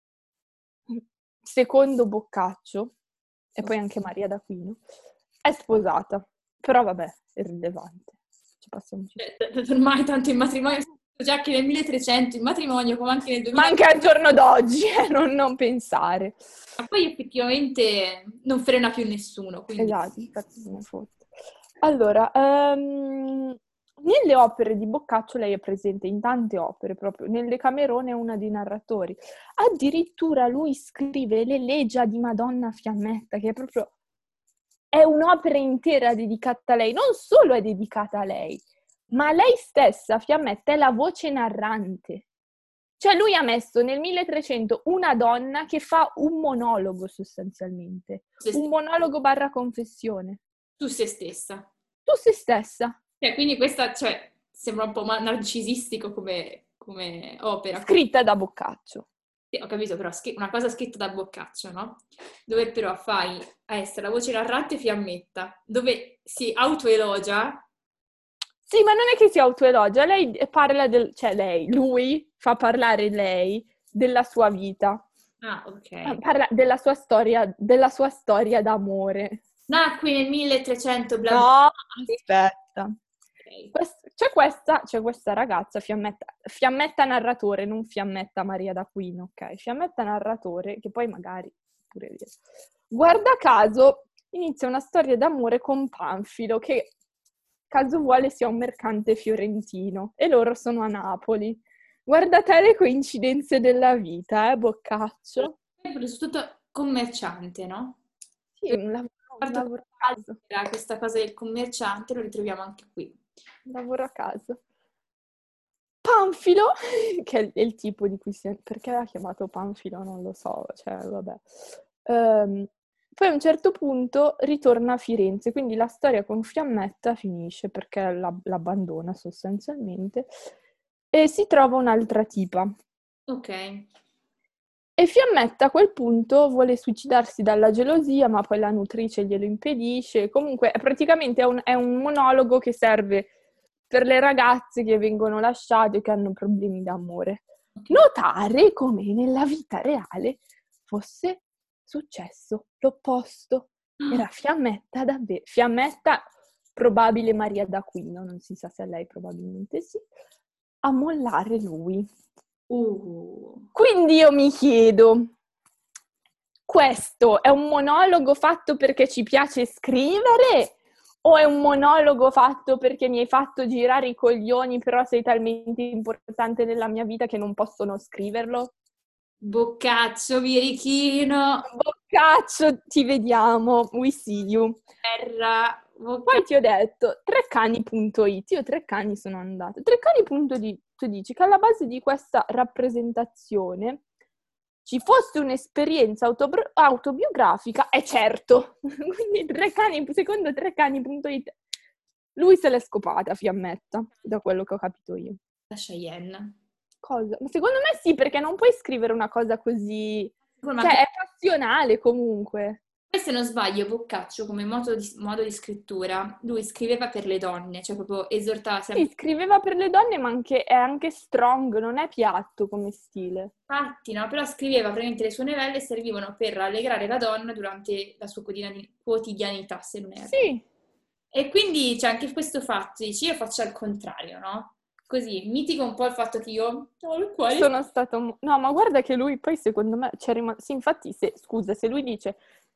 [SPEAKER 2] secondo Boccaccio, e poi anche Maria d'Aquino, è sposata. Però vabbè, è rilevante. Ci passiamo.
[SPEAKER 1] Ormai tanto il matrimonio, già che nel 1300 il matrimonio, come anche nel 2000...
[SPEAKER 2] Ma anche al giorno d'oggi, non pensare.
[SPEAKER 1] Ma poi effettivamente non frena più nessuno. Quindi...
[SPEAKER 2] Esatto, infatti me ne fotte. Allora, nelle opere di Boccaccio lei è presente in tante opere, proprio nel Decamerone è una dei narratori. Addirittura lui scrive l'Elegia di Madonna Fiammetta, che è un'opera intera dedicata a lei. Non solo è dedicata a lei, ma lei stessa, Fiammetta, è la voce narrante. Cioè lui ha messo nel 1300 una donna che fa un monologo sostanzialmente, un monologo barra confessione.
[SPEAKER 1] Su se stessa.
[SPEAKER 2] Su se stessa.
[SPEAKER 1] Quindi questa, sembra un po' narcisistico come opera.
[SPEAKER 2] Scritta da Boccaccio.
[SPEAKER 1] Sì, ho capito, però una cosa scritta da Boccaccio, no? Dove però fai a essere la voce narrante Fiammetta, dove si autoelogia.
[SPEAKER 2] Sì, ma non è che si autoelogia, lei parla lui fa parlare lei della sua vita.
[SPEAKER 1] Ah, ok.
[SPEAKER 2] Parla della sua storia d'amore.
[SPEAKER 1] Nacque nel 1300, bla bla.
[SPEAKER 2] No, aspetta.
[SPEAKER 1] Okay.
[SPEAKER 2] C'è questa ragazza, Fiammetta narratore, non Fiammetta Maria d'Aquino, ok? Fiammetta narratore, che poi magari pure dire. Guarda caso, inizia una storia d'amore con Panfilo, che caso vuole sia un mercante fiorentino, e loro sono a Napoli. Guarda te le coincidenze della vita, Boccaccio?
[SPEAKER 1] Soprattutto commerciante, no?
[SPEAKER 2] Sì, un lavoro a caso.
[SPEAKER 1] Questa cosa del commerciante lo ritroviamo anche qui.
[SPEAKER 2] Un lavoro a caso. Panfilo, che è il tipo di cui perché l'ha chiamato Panfilo non lo so, cioè vabbè. Poi a un certo punto ritorna a Firenze, quindi la storia con Fiammetta finisce perché l'abbandona sostanzialmente e si trova un'altra tipa.
[SPEAKER 1] Ok.
[SPEAKER 2] E Fiammetta a quel punto vuole suicidarsi dalla gelosia, ma poi la nutrice glielo impedisce. Comunque praticamente è un monologo che serve per le ragazze che vengono lasciate o che hanno problemi d'amore. Notare come nella vita reale fosse successo l'opposto. Era Fiammetta davvero. Fiammetta, probabile Maria d'Aquino, non si sa se lei probabilmente sì, a mollare lui. Quindi io mi chiedo, questo è un monologo fatto perché ci piace scrivere o è un monologo fatto perché mi hai fatto girare i coglioni però sei talmente importante nella mia vita che non posso non scriverlo?
[SPEAKER 1] Boccaccio, birichino.
[SPEAKER 2] Boccaccio, ti vediamo, we see you.
[SPEAKER 1] Terra.
[SPEAKER 2] Poi ti ho detto, treccani.it, io Treccani sono andata. Treccani.it dici che alla base di questa rappresentazione ci fosse un'esperienza autobiografica, è certo. Quindi secondo Treccani.it, lui se l'è scopata, Fiammetta, da quello che ho capito io.
[SPEAKER 1] La Cheyenne.
[SPEAKER 2] Cosa? Ma secondo me sì, perché non puoi scrivere una cosa così... Cioè, è passionale comunque.
[SPEAKER 1] Se non sbaglio, Boccaccio, come modo di scrittura, lui scriveva per le donne, cioè proprio esortava sempre.
[SPEAKER 2] Sì, scriveva per le donne, ma è anche strong, non è piatto come stile.
[SPEAKER 1] Infatti, no, però scriveva praticamente le sue novelle servivano per rallegrare la donna durante la sua quotidianità, se non erro.
[SPEAKER 2] Sì.
[SPEAKER 1] E quindi c'è anche questo fatto, dici, io faccio al contrario, no? Così, mitigo un po' il fatto che io
[SPEAKER 2] sono stato... No, ma guarda che lui poi secondo me c'è rimasto... Sì, infatti, se lui dice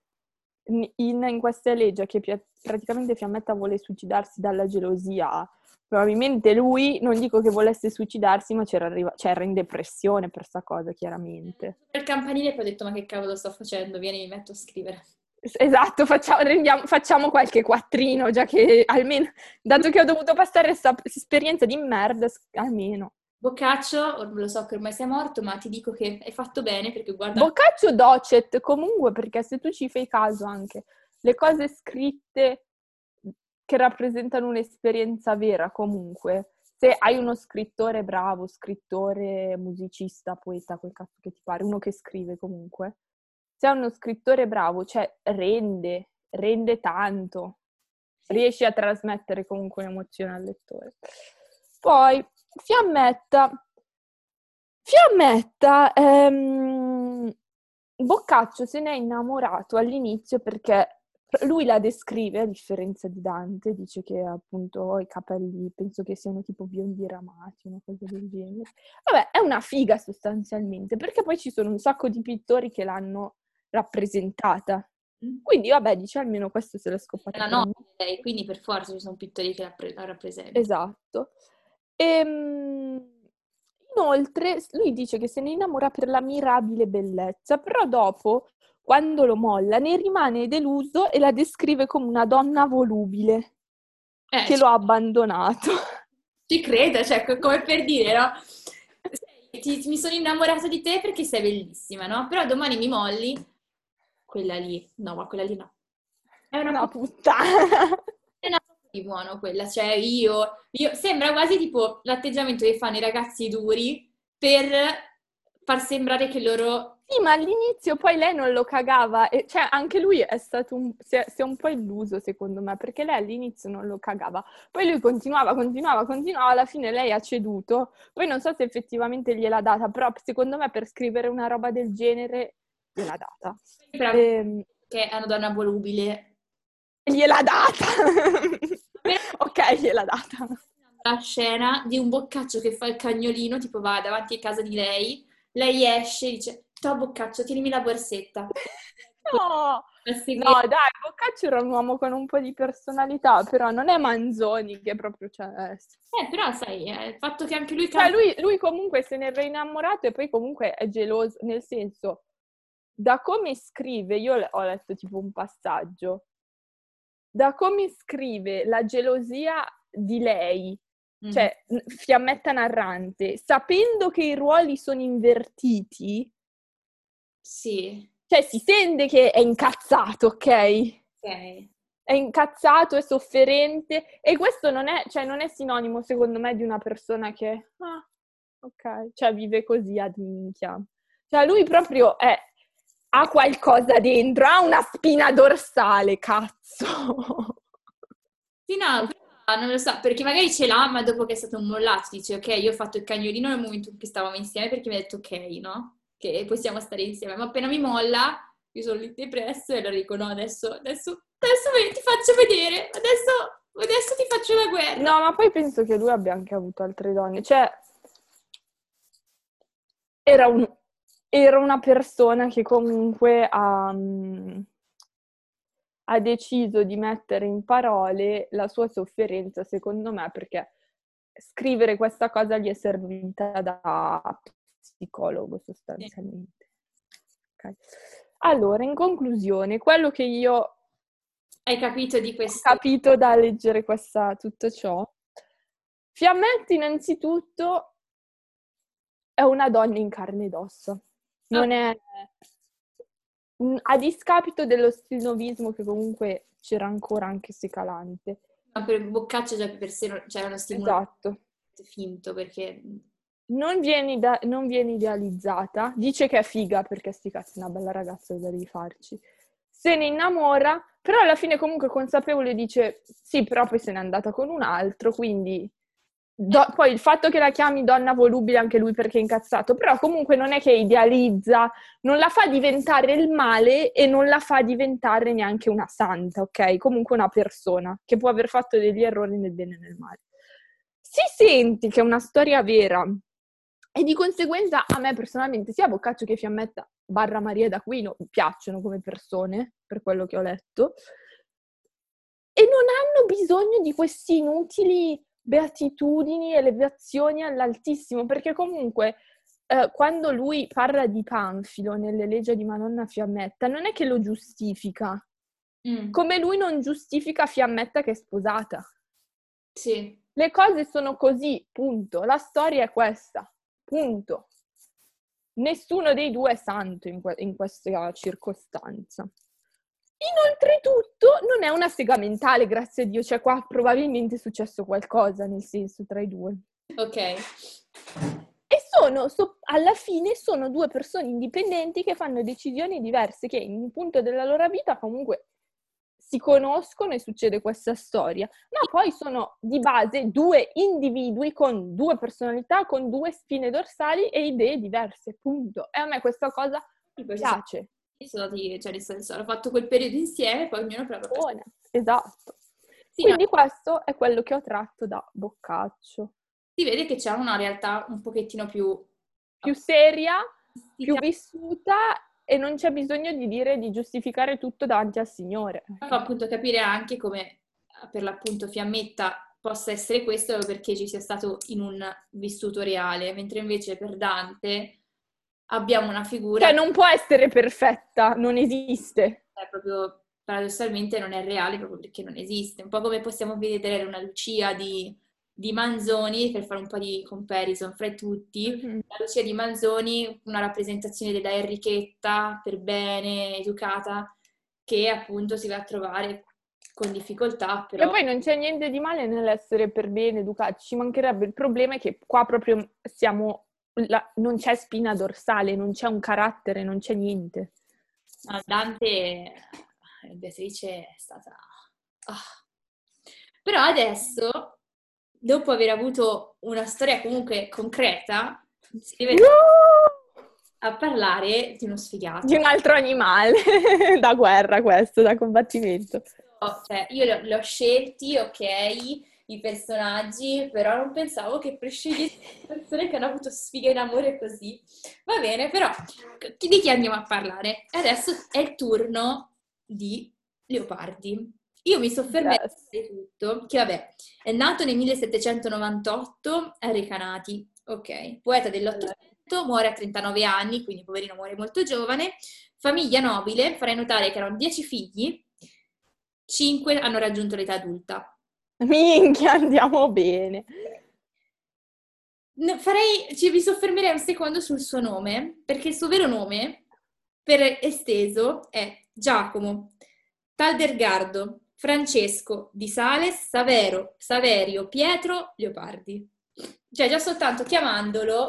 [SPEAKER 2] in questa legge che praticamente Fiammetta vuole suicidarsi dalla gelosia, probabilmente lui, non dico che volesse suicidarsi, ma era in depressione per sta cosa, chiaramente.
[SPEAKER 1] Per il campanile poi ho detto, ma che cavolo sto facendo? Vieni, mi metto a scrivere.
[SPEAKER 2] Esatto, facciamo qualche quattrino, già che almeno, dato che ho dovuto passare questa esperienza di merda, almeno.
[SPEAKER 1] Boccaccio, lo so che ormai sei morto, ma ti dico che hai fatto bene perché guarda...
[SPEAKER 2] Boccaccio docet, comunque, perché se tu ci fai caso anche, le cose scritte che rappresentano un'esperienza vera, comunque, se hai uno scrittore bravo, scrittore, musicista, poeta, quel cazzo che ti pare, uno che scrive comunque, se hai uno scrittore bravo, cioè rende tanto, riesci a trasmettere comunque un'emozione al lettore. Poi, Fiammetta, Boccaccio se n'è innamorato all'inizio perché lui la descrive, a differenza di Dante, dice che appunto ha i capelli, penso che siano tipo biondi ramati, una cosa del genere. Vabbè, è una figa sostanzialmente, perché poi ci sono un sacco di pittori che l'hanno rappresentata. Quindi vabbè, dice almeno questo se l'è scopato.
[SPEAKER 1] È la nonna di lei, quindi per forza ci sono pittori che la rappresentano.
[SPEAKER 2] Esatto. Inoltre, lui dice che se ne innamora per la mirabile bellezza, però dopo, quando lo molla, ne rimane deluso e la descrive come una donna volubile, che lo ha abbandonato.
[SPEAKER 1] Ci crede, cioè, come per dire, no? mi sono innamorata di te perché sei bellissima, no? Però domani mi molli, quella lì, no, ma quella lì no. È
[SPEAKER 2] una puttana.
[SPEAKER 1] è una cosa di buono quella, cioè sembra quasi tipo l'atteggiamento che fanno i ragazzi duri per far sembrare che loro...
[SPEAKER 2] Sì, ma all'inizio poi lei non lo cagava, e, cioè anche lui è stato si è un po' illuso secondo me, perché lei all'inizio non lo cagava, poi lui continuava, alla fine lei ha ceduto, poi non so se effettivamente gliel'ha data, però secondo me per scrivere una roba del genere gliel'ha data.
[SPEAKER 1] Che è una donna volubile.
[SPEAKER 2] Gliel'ha data! Ok, gliel'ha data.
[SPEAKER 1] La scena di un Boccaccio che fa il cagnolino, tipo va davanti a casa di lei esce e dice, ciao Boccaccio, tienimi la borsetta.
[SPEAKER 2] No, no, dai, Boccaccio era un uomo con un po' di personalità, però non è Manzoni che proprio c'è.
[SPEAKER 1] Però sai, il fatto che anche lui...
[SPEAKER 2] Cioè, lui comunque se ne era innamorato e poi comunque è geloso, nel senso, da come scrive, io ho letto tipo un passaggio, da come scrive la gelosia di lei, cioè Fiammetta narrante, sapendo che i ruoli sono invertiti,
[SPEAKER 1] sì,
[SPEAKER 2] cioè si sente che è incazzato, ok?
[SPEAKER 1] ok.
[SPEAKER 2] È incazzato, è sofferente e questo non è, cioè, non è sinonimo secondo me di una persona che, ok, cioè vive così ad minchia. Cioè lui proprio ha qualcosa dentro, ha una spina dorsale, cazzo.
[SPEAKER 1] Sì, no, però non lo so, perché magari ce l'ha, ma dopo che è stato mollato dice, ok, io ho fatto il cagnolino nel momento in cui stavamo insieme perché mi ha detto ok, no? Che possiamo stare insieme, ma appena mi molla, io sono lì depresso e allora dico, no, adesso ti faccio vedere, adesso ti faccio la guerra.
[SPEAKER 2] No, ma poi penso che lui abbia anche avuto altre donne, cioè era una persona che comunque ha deciso di mettere in parole la sua sofferenza, secondo me, perché scrivere questa cosa gli è servita da psicologo sostanzialmente. Okay. Allora, in conclusione, quello che io
[SPEAKER 1] Hai capito di
[SPEAKER 2] ho
[SPEAKER 1] questo?
[SPEAKER 2] capito da leggere tutto ciò, Fiammetta innanzitutto è una donna in carne ed ossa. Non è... a discapito dello stinovismo che comunque c'era ancora anche se calante.
[SPEAKER 1] Ma per Boccaccio già per sé c'è uno stimolo
[SPEAKER 2] Esatto.
[SPEAKER 1] finto, perché...
[SPEAKER 2] Non viene idealizzata, dice che è figa perché sti cazzi, è una bella ragazza, cosa devi farci? Se ne innamora, però alla fine comunque consapevole dice sì, però poi se n'è andata con un altro, quindi poi il fatto che la chiami donna volubile anche lui perché è incazzato, però comunque non è che idealizza, non la fa diventare il male e non la fa diventare neanche una santa, ok? Comunque una persona che può aver fatto degli errori nel bene e nel male. Si senti che è una storia vera e di conseguenza a me personalmente sia Boccaccio che Fiammetta barra Maria d'Aquino mi piacciono come persone, per quello che ho letto, e non hanno bisogno di questi inutili beatitudini, elevazioni all'altissimo, perché comunque quando lui parla di Panfilo nell'Elegia di Madonna Fiammetta, non è che lo giustifica, come lui non giustifica Fiammetta che è sposata.
[SPEAKER 1] Sì.
[SPEAKER 2] Le cose sono così, punto. La storia è questa, punto. Nessuno dei due è santo in questa circostanza. Inoltretutto non è una sega mentale, grazie a Dio, cioè qua probabilmente è successo qualcosa, nel senso, tra i due.
[SPEAKER 1] Ok.
[SPEAKER 2] E alla fine sono due persone indipendenti che fanno decisioni diverse, che in un punto della loro vita comunque si conoscono e succede questa storia, ma poi sono di base due individui con due personalità, con due spine dorsali e idee diverse, punto. E a me questa cosa piace.
[SPEAKER 1] Cioè, nel senso, hanno fatto quel periodo insieme, poi ognuno per la propria.
[SPEAKER 2] Esatto.
[SPEAKER 1] Sì,
[SPEAKER 2] quindi questo è quello che ho tratto da Boccaccio.
[SPEAKER 1] Si vede che c'è una realtà un pochettino più
[SPEAKER 2] seria, più vissuta e non c'è bisogno di giustificare tutto davanti al Signore.
[SPEAKER 1] Fa appunto capire anche come per l'appunto Fiammetta possa essere questo perché ci sia stato in un vissuto reale, mentre invece per Dante abbiamo una figura
[SPEAKER 2] che non può essere perfetta, non esiste.
[SPEAKER 1] Proprio paradossalmente non è reale proprio perché non esiste. Un po' come possiamo vedere una Lucia di di Manzoni, per fare un po' di comparison fra tutti.
[SPEAKER 2] Mhm.
[SPEAKER 1] La Lucia di Manzoni, una rappresentazione della Enrichetta per bene, educata, che appunto si va a trovare con difficoltà,
[SPEAKER 2] E
[SPEAKER 1] però
[SPEAKER 2] poi non c'è niente di male nell'essere per bene educati, ci mancherebbe. Il problema è che qua proprio non c'è spina dorsale, non c'è un carattere, non c'è niente.
[SPEAKER 1] no, Dante, Beatrice è stata... ah. Però adesso, dopo aver avuto una storia comunque concreta, si deve a parlare di uno
[SPEAKER 2] Di
[SPEAKER 1] sfigato.
[SPEAKER 2] un altro animale da guerra questo, da combattimento.
[SPEAKER 1] Cioè, io li ho scelti, ok, i personaggi, però non pensavo che per scegliere persone che hanno avuto sfighe in amore così. Va bene, però di chi andiamo a parlare? Adesso è il turno di Leopardi. Io mi soffermerò
[SPEAKER 2] Yes.
[SPEAKER 1] di tutto, che vabbè, è nato nel 1798 a Recanati, ok, poeta dell'Ottocento, muore a 39 anni, quindi poverino muore molto giovane, famiglia nobile, farei notare che erano 10 figli, 5 hanno raggiunto l'età adulta.
[SPEAKER 2] Minchia, andiamo bene.
[SPEAKER 1] Vi soffermerei un secondo sul suo nome, perché il suo vero nome, per esteso, è Giacomo Taldergardo Francesco di Sales Saverio Pietro Leopardi. Cioè, già soltanto chiamandolo,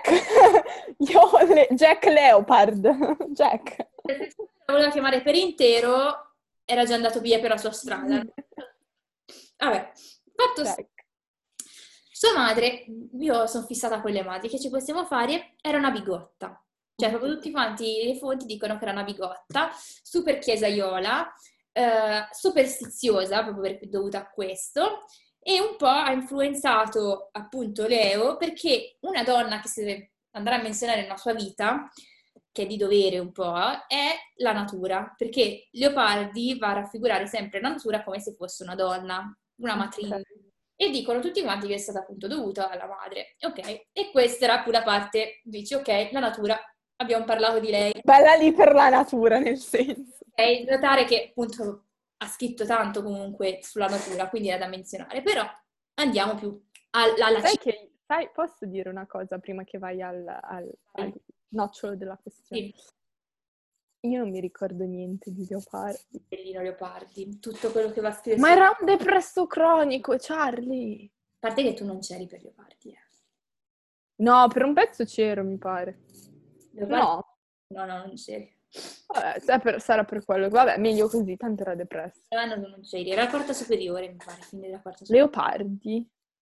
[SPEAKER 2] Jack Leopard. Jack.
[SPEAKER 1] se lo voleva chiamare per intero, era già andato via per la sua strada. Vabbè, fatto sta.
[SPEAKER 2] Jack.
[SPEAKER 1] Sua madre, io sono fissata con le madri, che ci possiamo fare? Era una bigotta. Cioè, proprio tutti quanti le fonti dicono che era una bigotta, super chiesaiola, superstiziosa, proprio dovuta a questo, e un po' ha influenzato appunto Leo, perché una donna che si deve andare a menzionare nella sua vita, che è di dovere un po', è la natura, perché Leopardi va a raffigurare sempre la natura come se fosse una donna, una matrigna.
[SPEAKER 2] Ok.
[SPEAKER 1] E dicono tutti quanti che è stata appunto dovuta alla madre. Ok, e questa era pure la parte, dici, ok, la natura, abbiamo parlato di lei.
[SPEAKER 2] Bella lì per la natura, nel senso.
[SPEAKER 1] Ok, notare che appunto ha scritto tanto comunque sulla natura, quindi era da menzionare, però andiamo più alla
[SPEAKER 2] Sai, posso dire una cosa prima che vai al nocciolo della questione?
[SPEAKER 1] sì,
[SPEAKER 2] Io non mi ricordo niente di Leopardi.
[SPEAKER 1] Bellino Leopardi, tutto quello che va a scrivere
[SPEAKER 2] Ma
[SPEAKER 1] su...
[SPEAKER 2] era un depresso cronico, Charlie!
[SPEAKER 1] A parte che tu non c'eri per Leopardi, eh.
[SPEAKER 2] No, per un pezzo c'ero, mi pare.
[SPEAKER 1] Leopardi?
[SPEAKER 2] No,
[SPEAKER 1] No, non c'eri.
[SPEAKER 2] vabbè, sarà per quello. Vabbè, meglio così, tanto era depresso.
[SPEAKER 1] No, non c'eri, era la quarta superiore, mi pare, fine della quarta superiore.
[SPEAKER 2] Leopardi?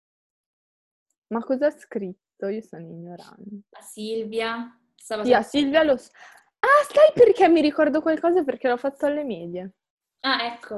[SPEAKER 2] Ma cosa ha scritto? Io sono ignorante.
[SPEAKER 1] A Silvia, stava
[SPEAKER 2] Sì, a Silvia lo... Ah, sai perché mi ricordo qualcosa? Perché l'ho fatto alle medie.
[SPEAKER 1] Ah, ecco.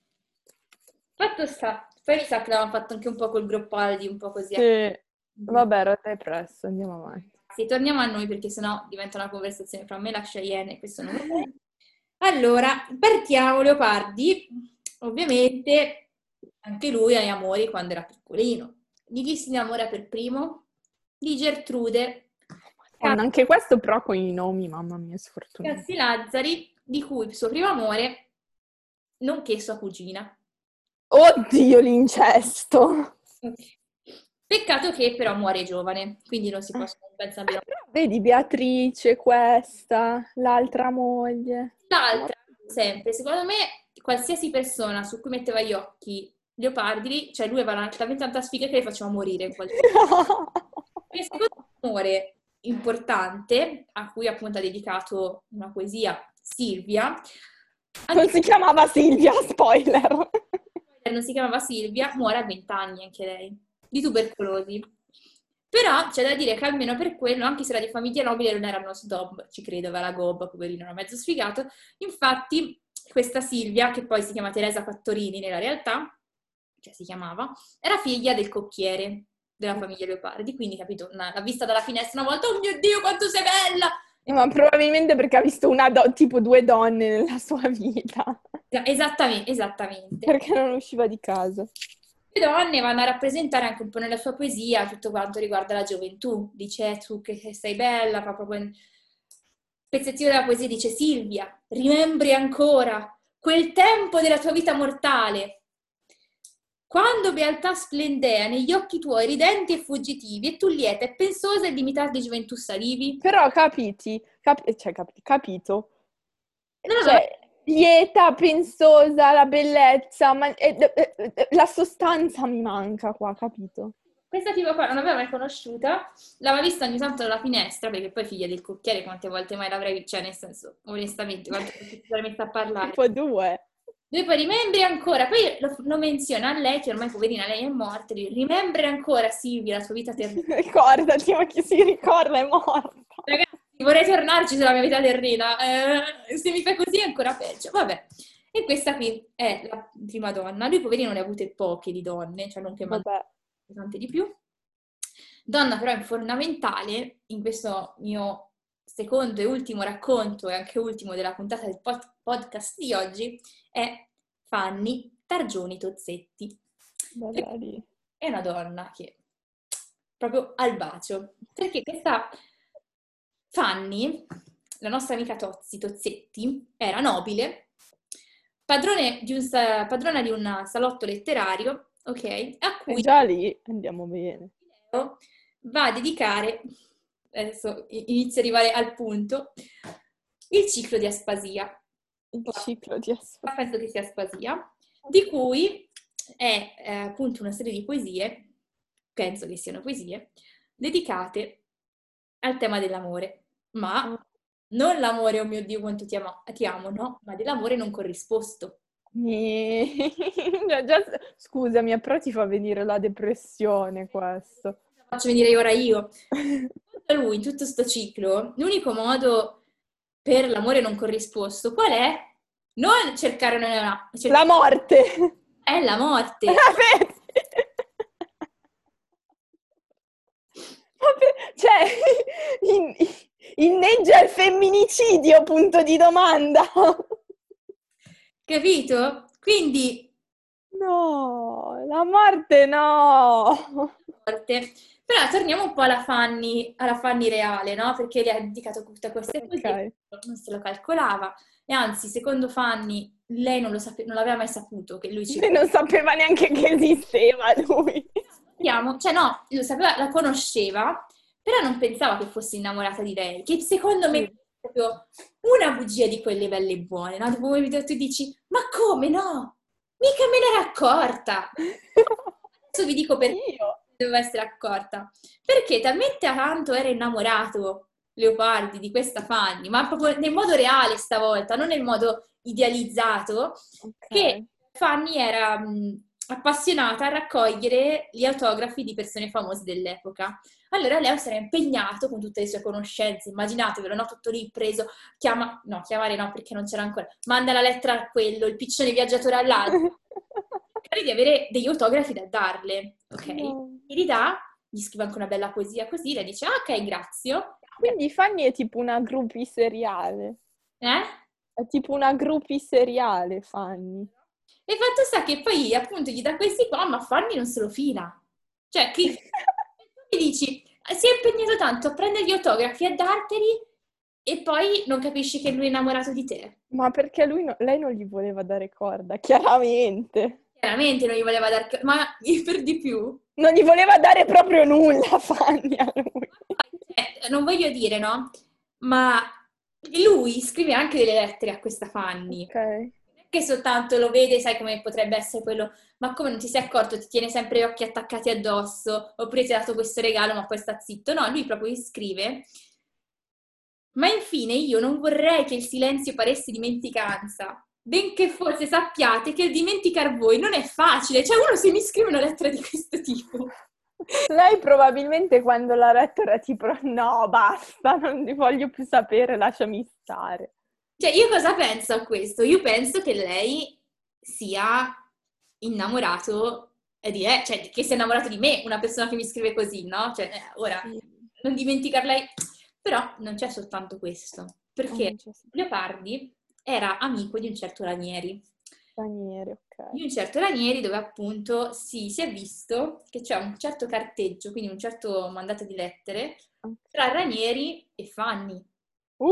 [SPEAKER 1] Fatto sta. Poi mi sa che l'avevamo fatto anche un po' col Groppaldi, un po' così.
[SPEAKER 2] Sì. Vabbè, ero depresso, andiamo avanti.
[SPEAKER 1] Sì, torniamo a noi perché sennò diventa una conversazione fra me e la Cheyenne e questo non va bene. Allora, partiamo, Leopardi. Ovviamente anche lui ha gli amori quando era piccolino. Di chi si innamora per primo? Di Gertrude
[SPEAKER 2] Anche questo però con i nomi, mamma mia, sfortunato.
[SPEAKER 1] Cassi Lazzari, di cui il suo primo amore, nonché sua cugina.
[SPEAKER 2] Oddio, l'incesto!
[SPEAKER 1] Peccato che però muore giovane, quindi non si possono pensare.
[SPEAKER 2] Però vedi Beatrice, questa, l'altra moglie.
[SPEAKER 1] L'altra, sempre, secondo me, qualsiasi persona su cui metteva gli occhi Leopardi, cioè lui aveva talmente tanta sfiga che le faceva morire in qualche modo. Il secondo amore importante, a cui appunto ha dedicato una poesia, Silvia,
[SPEAKER 2] Non si chiamava Silvia, spoiler.
[SPEAKER 1] non si chiamava Silvia, muore a 20 anni anche lei, di tubercolosi. Però c'è da dire che almeno per quello, anche se era di famiglia nobile, non era uno snob, ci credo, aveva la gobba, poverino, era mezzo sfigato. Infatti, questa Silvia, che poi si chiama Teresa Fattorini nella realtà, cioè si chiamava, era figlia del cocchiere della famiglia Leopardi, quindi, capito, l'ha vista dalla finestra una volta, oh mio Dio, quanto sei bella!
[SPEAKER 2] Ma probabilmente perché ha visto tipo 2 donne nella sua vita.
[SPEAKER 1] Esattamente.
[SPEAKER 2] Perché non usciva di casa.
[SPEAKER 1] Le donne vanno a rappresentare anche un po' nella sua poesia tutto quanto riguarda la gioventù. Dice, tu che sei bella, fa proprio un pezzettino della poesia, dice Silvia, rimembri ancora quel tempo della tua vita mortale. Quando bealtà splendea negli occhi tuoi ridenti e fuggitivi, e tu lieta e pensosa e limitar di gioventù salivi.
[SPEAKER 2] Però capito?
[SPEAKER 1] No, no, ma
[SPEAKER 2] Cioè, lieta, pensosa, la bellezza, ma la sostanza mi manca qua, capito?
[SPEAKER 1] questa tipa qua non l'aveva mai conosciuta, l'aveva vista ogni tanto dalla finestra, perché poi figlia del cocchiere, quante volte mai l'avrei, cioè nel senso, onestamente, quante volte ti sarei messa a parlare.
[SPEAKER 2] Tipo due.
[SPEAKER 1] Lui poi rimembri ancora, poi lo menziona a lei, che ormai poverina, lei è morta, lui, rimembri ancora Silvia, la sua vita terrena.
[SPEAKER 2] Ricordati, ma chi si ricorda è morta.
[SPEAKER 1] Ragazzi, vorrei tornarci sulla mia vita terrena, se mi fai così è ancora peggio, vabbè. E questa qui è la prima donna, lui poverino ne ha avute poche di donne, cioè non che
[SPEAKER 2] Vabbè.
[SPEAKER 1] tante di più. Donna però è fondamentale in questo mio secondo e ultimo racconto e anche ultimo della puntata del podcast di oggi è Fanny Targioni Tozzetti.
[SPEAKER 2] Bella lì.
[SPEAKER 1] È una donna che proprio al bacio, perché questa Fanny, la nostra amica Tozzetti, era nobile, padrona di un salotto letterario, ok, a
[SPEAKER 2] E
[SPEAKER 1] cui
[SPEAKER 2] già lì andiamo bene.
[SPEAKER 1] va a dedicare, adesso inizio ad arrivare al punto, il ciclo di Aspasia.
[SPEAKER 2] Il ciclo di Aspasia.
[SPEAKER 1] Penso che sia Aspasia, di cui è appunto una serie di poesie, penso che siano poesie, dedicate al tema dell'amore, ma non l'amore, oh mio Dio, quanto ti amo, no? Ma dell'amore non corrisposto.
[SPEAKER 2] Scusami, però ti fa venire la depressione questo.
[SPEAKER 1] Faccio venire ora io. Lui, in tutto sto ciclo, l'unico modo per l'amore non corrisposto, qual è? Non cercare una...
[SPEAKER 2] La morte!
[SPEAKER 1] È la morte.
[SPEAKER 2] Cioè, inneggia il femminicidio, punto di domanda.
[SPEAKER 1] Capito? Quindi...
[SPEAKER 2] No, la morte no.
[SPEAKER 1] Però torniamo un po' alla Fanny reale, no? Perché le ha dedicato tutte queste cose, non se lo calcolava. E anzi, secondo Fanny, lei non l'aveva mai saputo che lui ci...
[SPEAKER 2] E non sapeva neanche che esisteva lui.
[SPEAKER 1] Cioè no, lo sapeva, la conosceva, però non pensava che fosse innamorata di lei, che secondo me è proprio una bugia di quelle belle e buone, no? Tipo come tu dici, ma come no? Mica me l'era accorta! Adesso vi dico perché doveva essere accorta. Perché talmente tanto era innamorato Leopardi di questa Fanny, ma proprio nel modo reale stavolta, non nel modo idealizzato, che Fanny era appassionata a raccogliere gli autografi di persone famose dell'epoca. Allora Leo si era impegnato con tutte le sue conoscenze, immaginatevelo, no? Tutto lì preso, chiamare no perché non c'era ancora, manda la lettera a quello, il piccione viaggiatore all'altro, magari di avere degli autografi da darle, ok? Gli ridà, gli scrive anche una bella poesia così, lei dice, ok, grazie.
[SPEAKER 2] Quindi Fanny è tipo una groupie seriale.
[SPEAKER 1] È
[SPEAKER 2] tipo una groupie seriale, Fanny.
[SPEAKER 1] E fatto sta che poi appunto gli dà questi qua, ma Fanny non se lo fila. Cioè, tu gli dici, si è impegnato tanto a prendere gli autografi, a darteli, e poi non capisci che lui è innamorato di te.
[SPEAKER 2] Ma perché lei non gli voleva dare corda, chiaramente.
[SPEAKER 1] Chiaramente non gli voleva dare, ma per di più.
[SPEAKER 2] Non gli voleva dare proprio nulla, Fanny, a lui.
[SPEAKER 1] Non voglio dire, no? Ma lui scrive anche delle lettere a questa Fanny.
[SPEAKER 2] Ok.
[SPEAKER 1] Che soltanto lo vede, sai come potrebbe essere quello, ma come non ti sei accorto, ti tiene sempre gli occhi attaccati addosso, oppure ti ha dato questo regalo ma poi sta zitto. No, lui proprio gli scrive, ma infine io non vorrei che il silenzio paresse dimenticanza, benché forse sappiate che il dimenticar voi non è facile. Cioè uno se mi scrive una lettera di questo tipo...
[SPEAKER 2] Lei probabilmente quando l'ha letto era tipo, no, basta, non ne voglio più sapere, lasciami stare.
[SPEAKER 1] Cioè, io cosa penso a questo? Io penso che lei sia innamorato di lei, cioè che sia innamorato di me, una persona che mi scrive così, no? Cioè, ora, non dimenticar lei... Però non c'è soltanto questo, perché Leopardi era amico di un certo Ranieri.
[SPEAKER 2] Ranieri, ok.
[SPEAKER 1] Di un certo Ranieri dove appunto si è visto che c'è un certo carteggio, quindi un certo mandato di lettere, tra Ranieri e Fanny.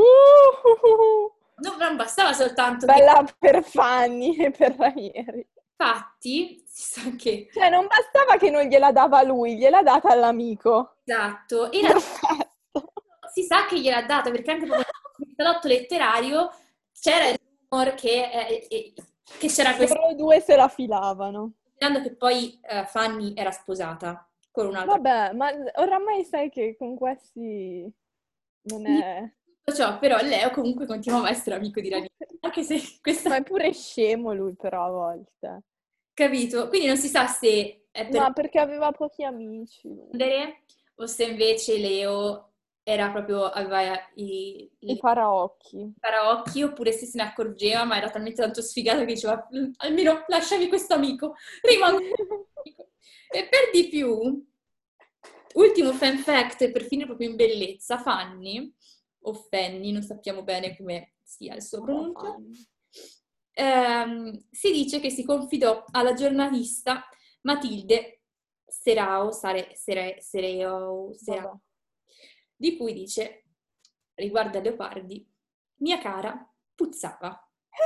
[SPEAKER 1] Non bastava soltanto
[SPEAKER 2] bella per Fanny e per Ranieri.
[SPEAKER 1] Infatti, si sa che...
[SPEAKER 2] Cioè, non bastava che non gliela dava lui, gliela data all'amico.
[SPEAKER 1] Esatto, e
[SPEAKER 2] Perfetto.
[SPEAKER 1] si sa che gliel'ha data, perché anche proprio nel salotto letterario c'era il rumor che c'era questo...
[SPEAKER 2] Loro due se la filavano.
[SPEAKER 1] Considerando che poi Fanny era sposata con un'altra
[SPEAKER 2] Vabbè, ma oramai sai che con questi non
[SPEAKER 1] persona.
[SPEAKER 2] è...
[SPEAKER 1] Tutto ciò, però Leo comunque continuava a essere amico di Ranieri, anche se questa...
[SPEAKER 2] Ma è pure scemo lui però a volte.
[SPEAKER 1] Capito? Quindi non si sa se è per
[SPEAKER 2] Ma perché aveva pochi amici lui.
[SPEAKER 1] rispondere o se invece Leo era proprio, aveva
[SPEAKER 2] I
[SPEAKER 1] i
[SPEAKER 2] paraocchi.
[SPEAKER 1] paraocchi, oppure se ne accorgeva, ma era talmente tanto sfigato che diceva almeno lasciami questo amico, rimango amico. E per di più, ultimo fan fact, per finire proprio in bellezza, Fanny, o Fanny, non sappiamo bene come sia il suo pronuncia, si dice che si confidò alla giornalista Matilde Sereo,
[SPEAKER 2] Vabbè.
[SPEAKER 1] di cui dice, riguardo a Leopardi, mia cara, puzzava.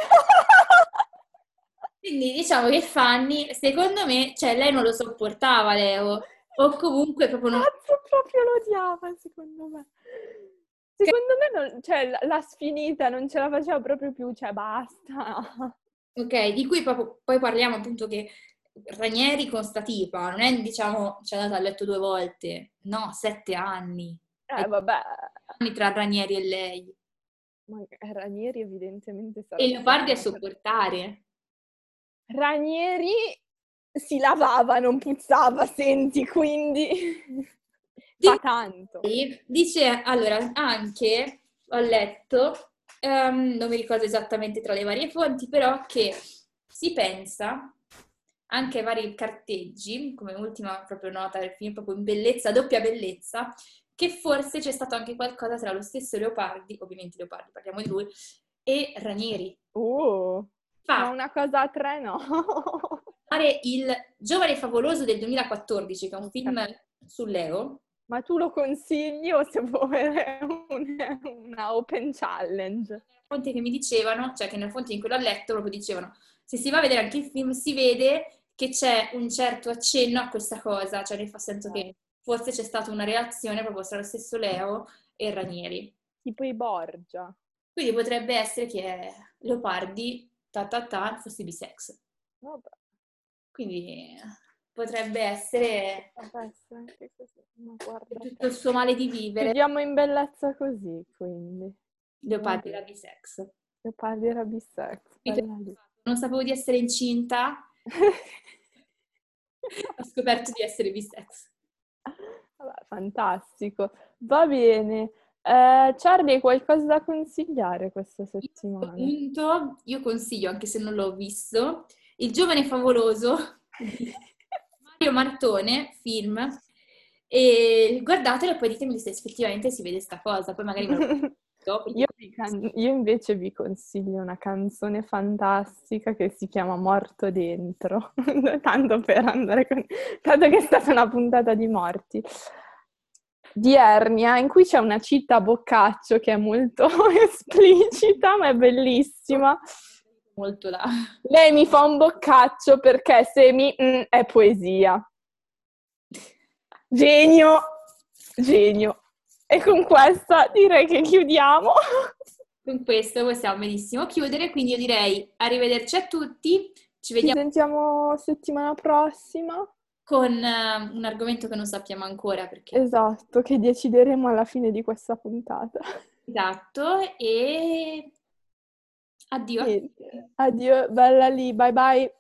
[SPEAKER 1] Quindi diciamo che Fanny, secondo me, cioè lei non lo sopportava, Leo, o comunque proprio non...
[SPEAKER 2] Cazzo, proprio lo odiava, secondo me. Secondo me, cioè, l'ha sfinita, non ce la faceva proprio più, cioè, basta.
[SPEAKER 1] Ok, di cui proprio, poi parliamo appunto che Ranieri con sta tipa, non è diciamo ci è andata a letto 2 volte, no, 7 anni. È
[SPEAKER 2] Vabbè.
[SPEAKER 1] anni tra Ranieri e lei.
[SPEAKER 2] Ma Ranieri evidentemente sarà
[SPEAKER 1] E
[SPEAKER 2] stato
[SPEAKER 1] Leopardi a
[SPEAKER 2] una...
[SPEAKER 1] sopportare.
[SPEAKER 2] Ranieri si lavava, non puzzava, senti, quindi fa tanto.
[SPEAKER 1] Dice, allora, anche, ho letto, non mi ricordo esattamente tra le varie fonti, però che si pensa anche ai vari carteggi, come ultima proprio nota del film, proprio in bellezza, doppia bellezza, che forse c'è stato anche qualcosa tra lo stesso Leopardi, ovviamente Leopardi, parliamo di lui, e Ranieri.
[SPEAKER 2] Ma
[SPEAKER 1] Fa
[SPEAKER 2] una cosa a tre no.
[SPEAKER 1] fare Il giovane favoloso del 2014, che è un film su Leo.
[SPEAKER 2] Ma tu lo consigli o se vuoi avere una open challenge?
[SPEAKER 1] Fonti che mi dicevano, cioè che nelle fonti in cui l'ho letto proprio dicevano, se si va a vedere anche il film si vede che c'è un certo accenno a questa cosa, cioè nel senso che forse c'è stata una relazione proprio tra lo stesso Leo e Ranieri.
[SPEAKER 2] Tipo i Borgia.
[SPEAKER 1] Quindi potrebbe essere che Leopardi, fosse bisex.
[SPEAKER 2] Vabbè,
[SPEAKER 1] Quindi potrebbe essere
[SPEAKER 2] potrebbe essere anche così. Ma guarda
[SPEAKER 1] tutto
[SPEAKER 2] te.
[SPEAKER 1] il suo male di vivere,
[SPEAKER 2] Chiudiamo in bellezza così, quindi.
[SPEAKER 1] Leopardi era bisex.
[SPEAKER 2] Leopardi era bisex, bella lì.
[SPEAKER 1] Non sapevo di essere incinta, ho scoperto di essere bisex.
[SPEAKER 2] Vabbè, fantastico. Va bene. Charlie, hai qualcosa da consigliare questa settimana?
[SPEAKER 1] Io consiglio, anche se non l'ho visto, Il giovane favoloso di Mario Martone, film, e guardatelo e poi ditemi se effettivamente si vede sta cosa, poi magari me lo dopo.
[SPEAKER 2] Io invece vi consiglio una canzone fantastica che si chiama Morto Dentro, tanto per andare con... tanto che è stata una puntata di morti, di Ernia, in cui c'è una citta a Boccaccio che è molto esplicita, ma è bellissima.
[SPEAKER 1] Molto là.
[SPEAKER 2] Lei mi fa un boccaccio perché è poesia. Genio, genio. E con questa direi che chiudiamo.
[SPEAKER 1] Con questo possiamo benissimo chiudere, quindi io direi arrivederci a tutti, ci
[SPEAKER 2] Ci
[SPEAKER 1] vediamo
[SPEAKER 2] sentiamo settimana prossima.
[SPEAKER 1] con un argomento che non sappiamo ancora perché...
[SPEAKER 2] Esatto, che decideremo alla fine di questa puntata.
[SPEAKER 1] Esatto, e addio.
[SPEAKER 2] Niente. Addio, bella lì, bye bye.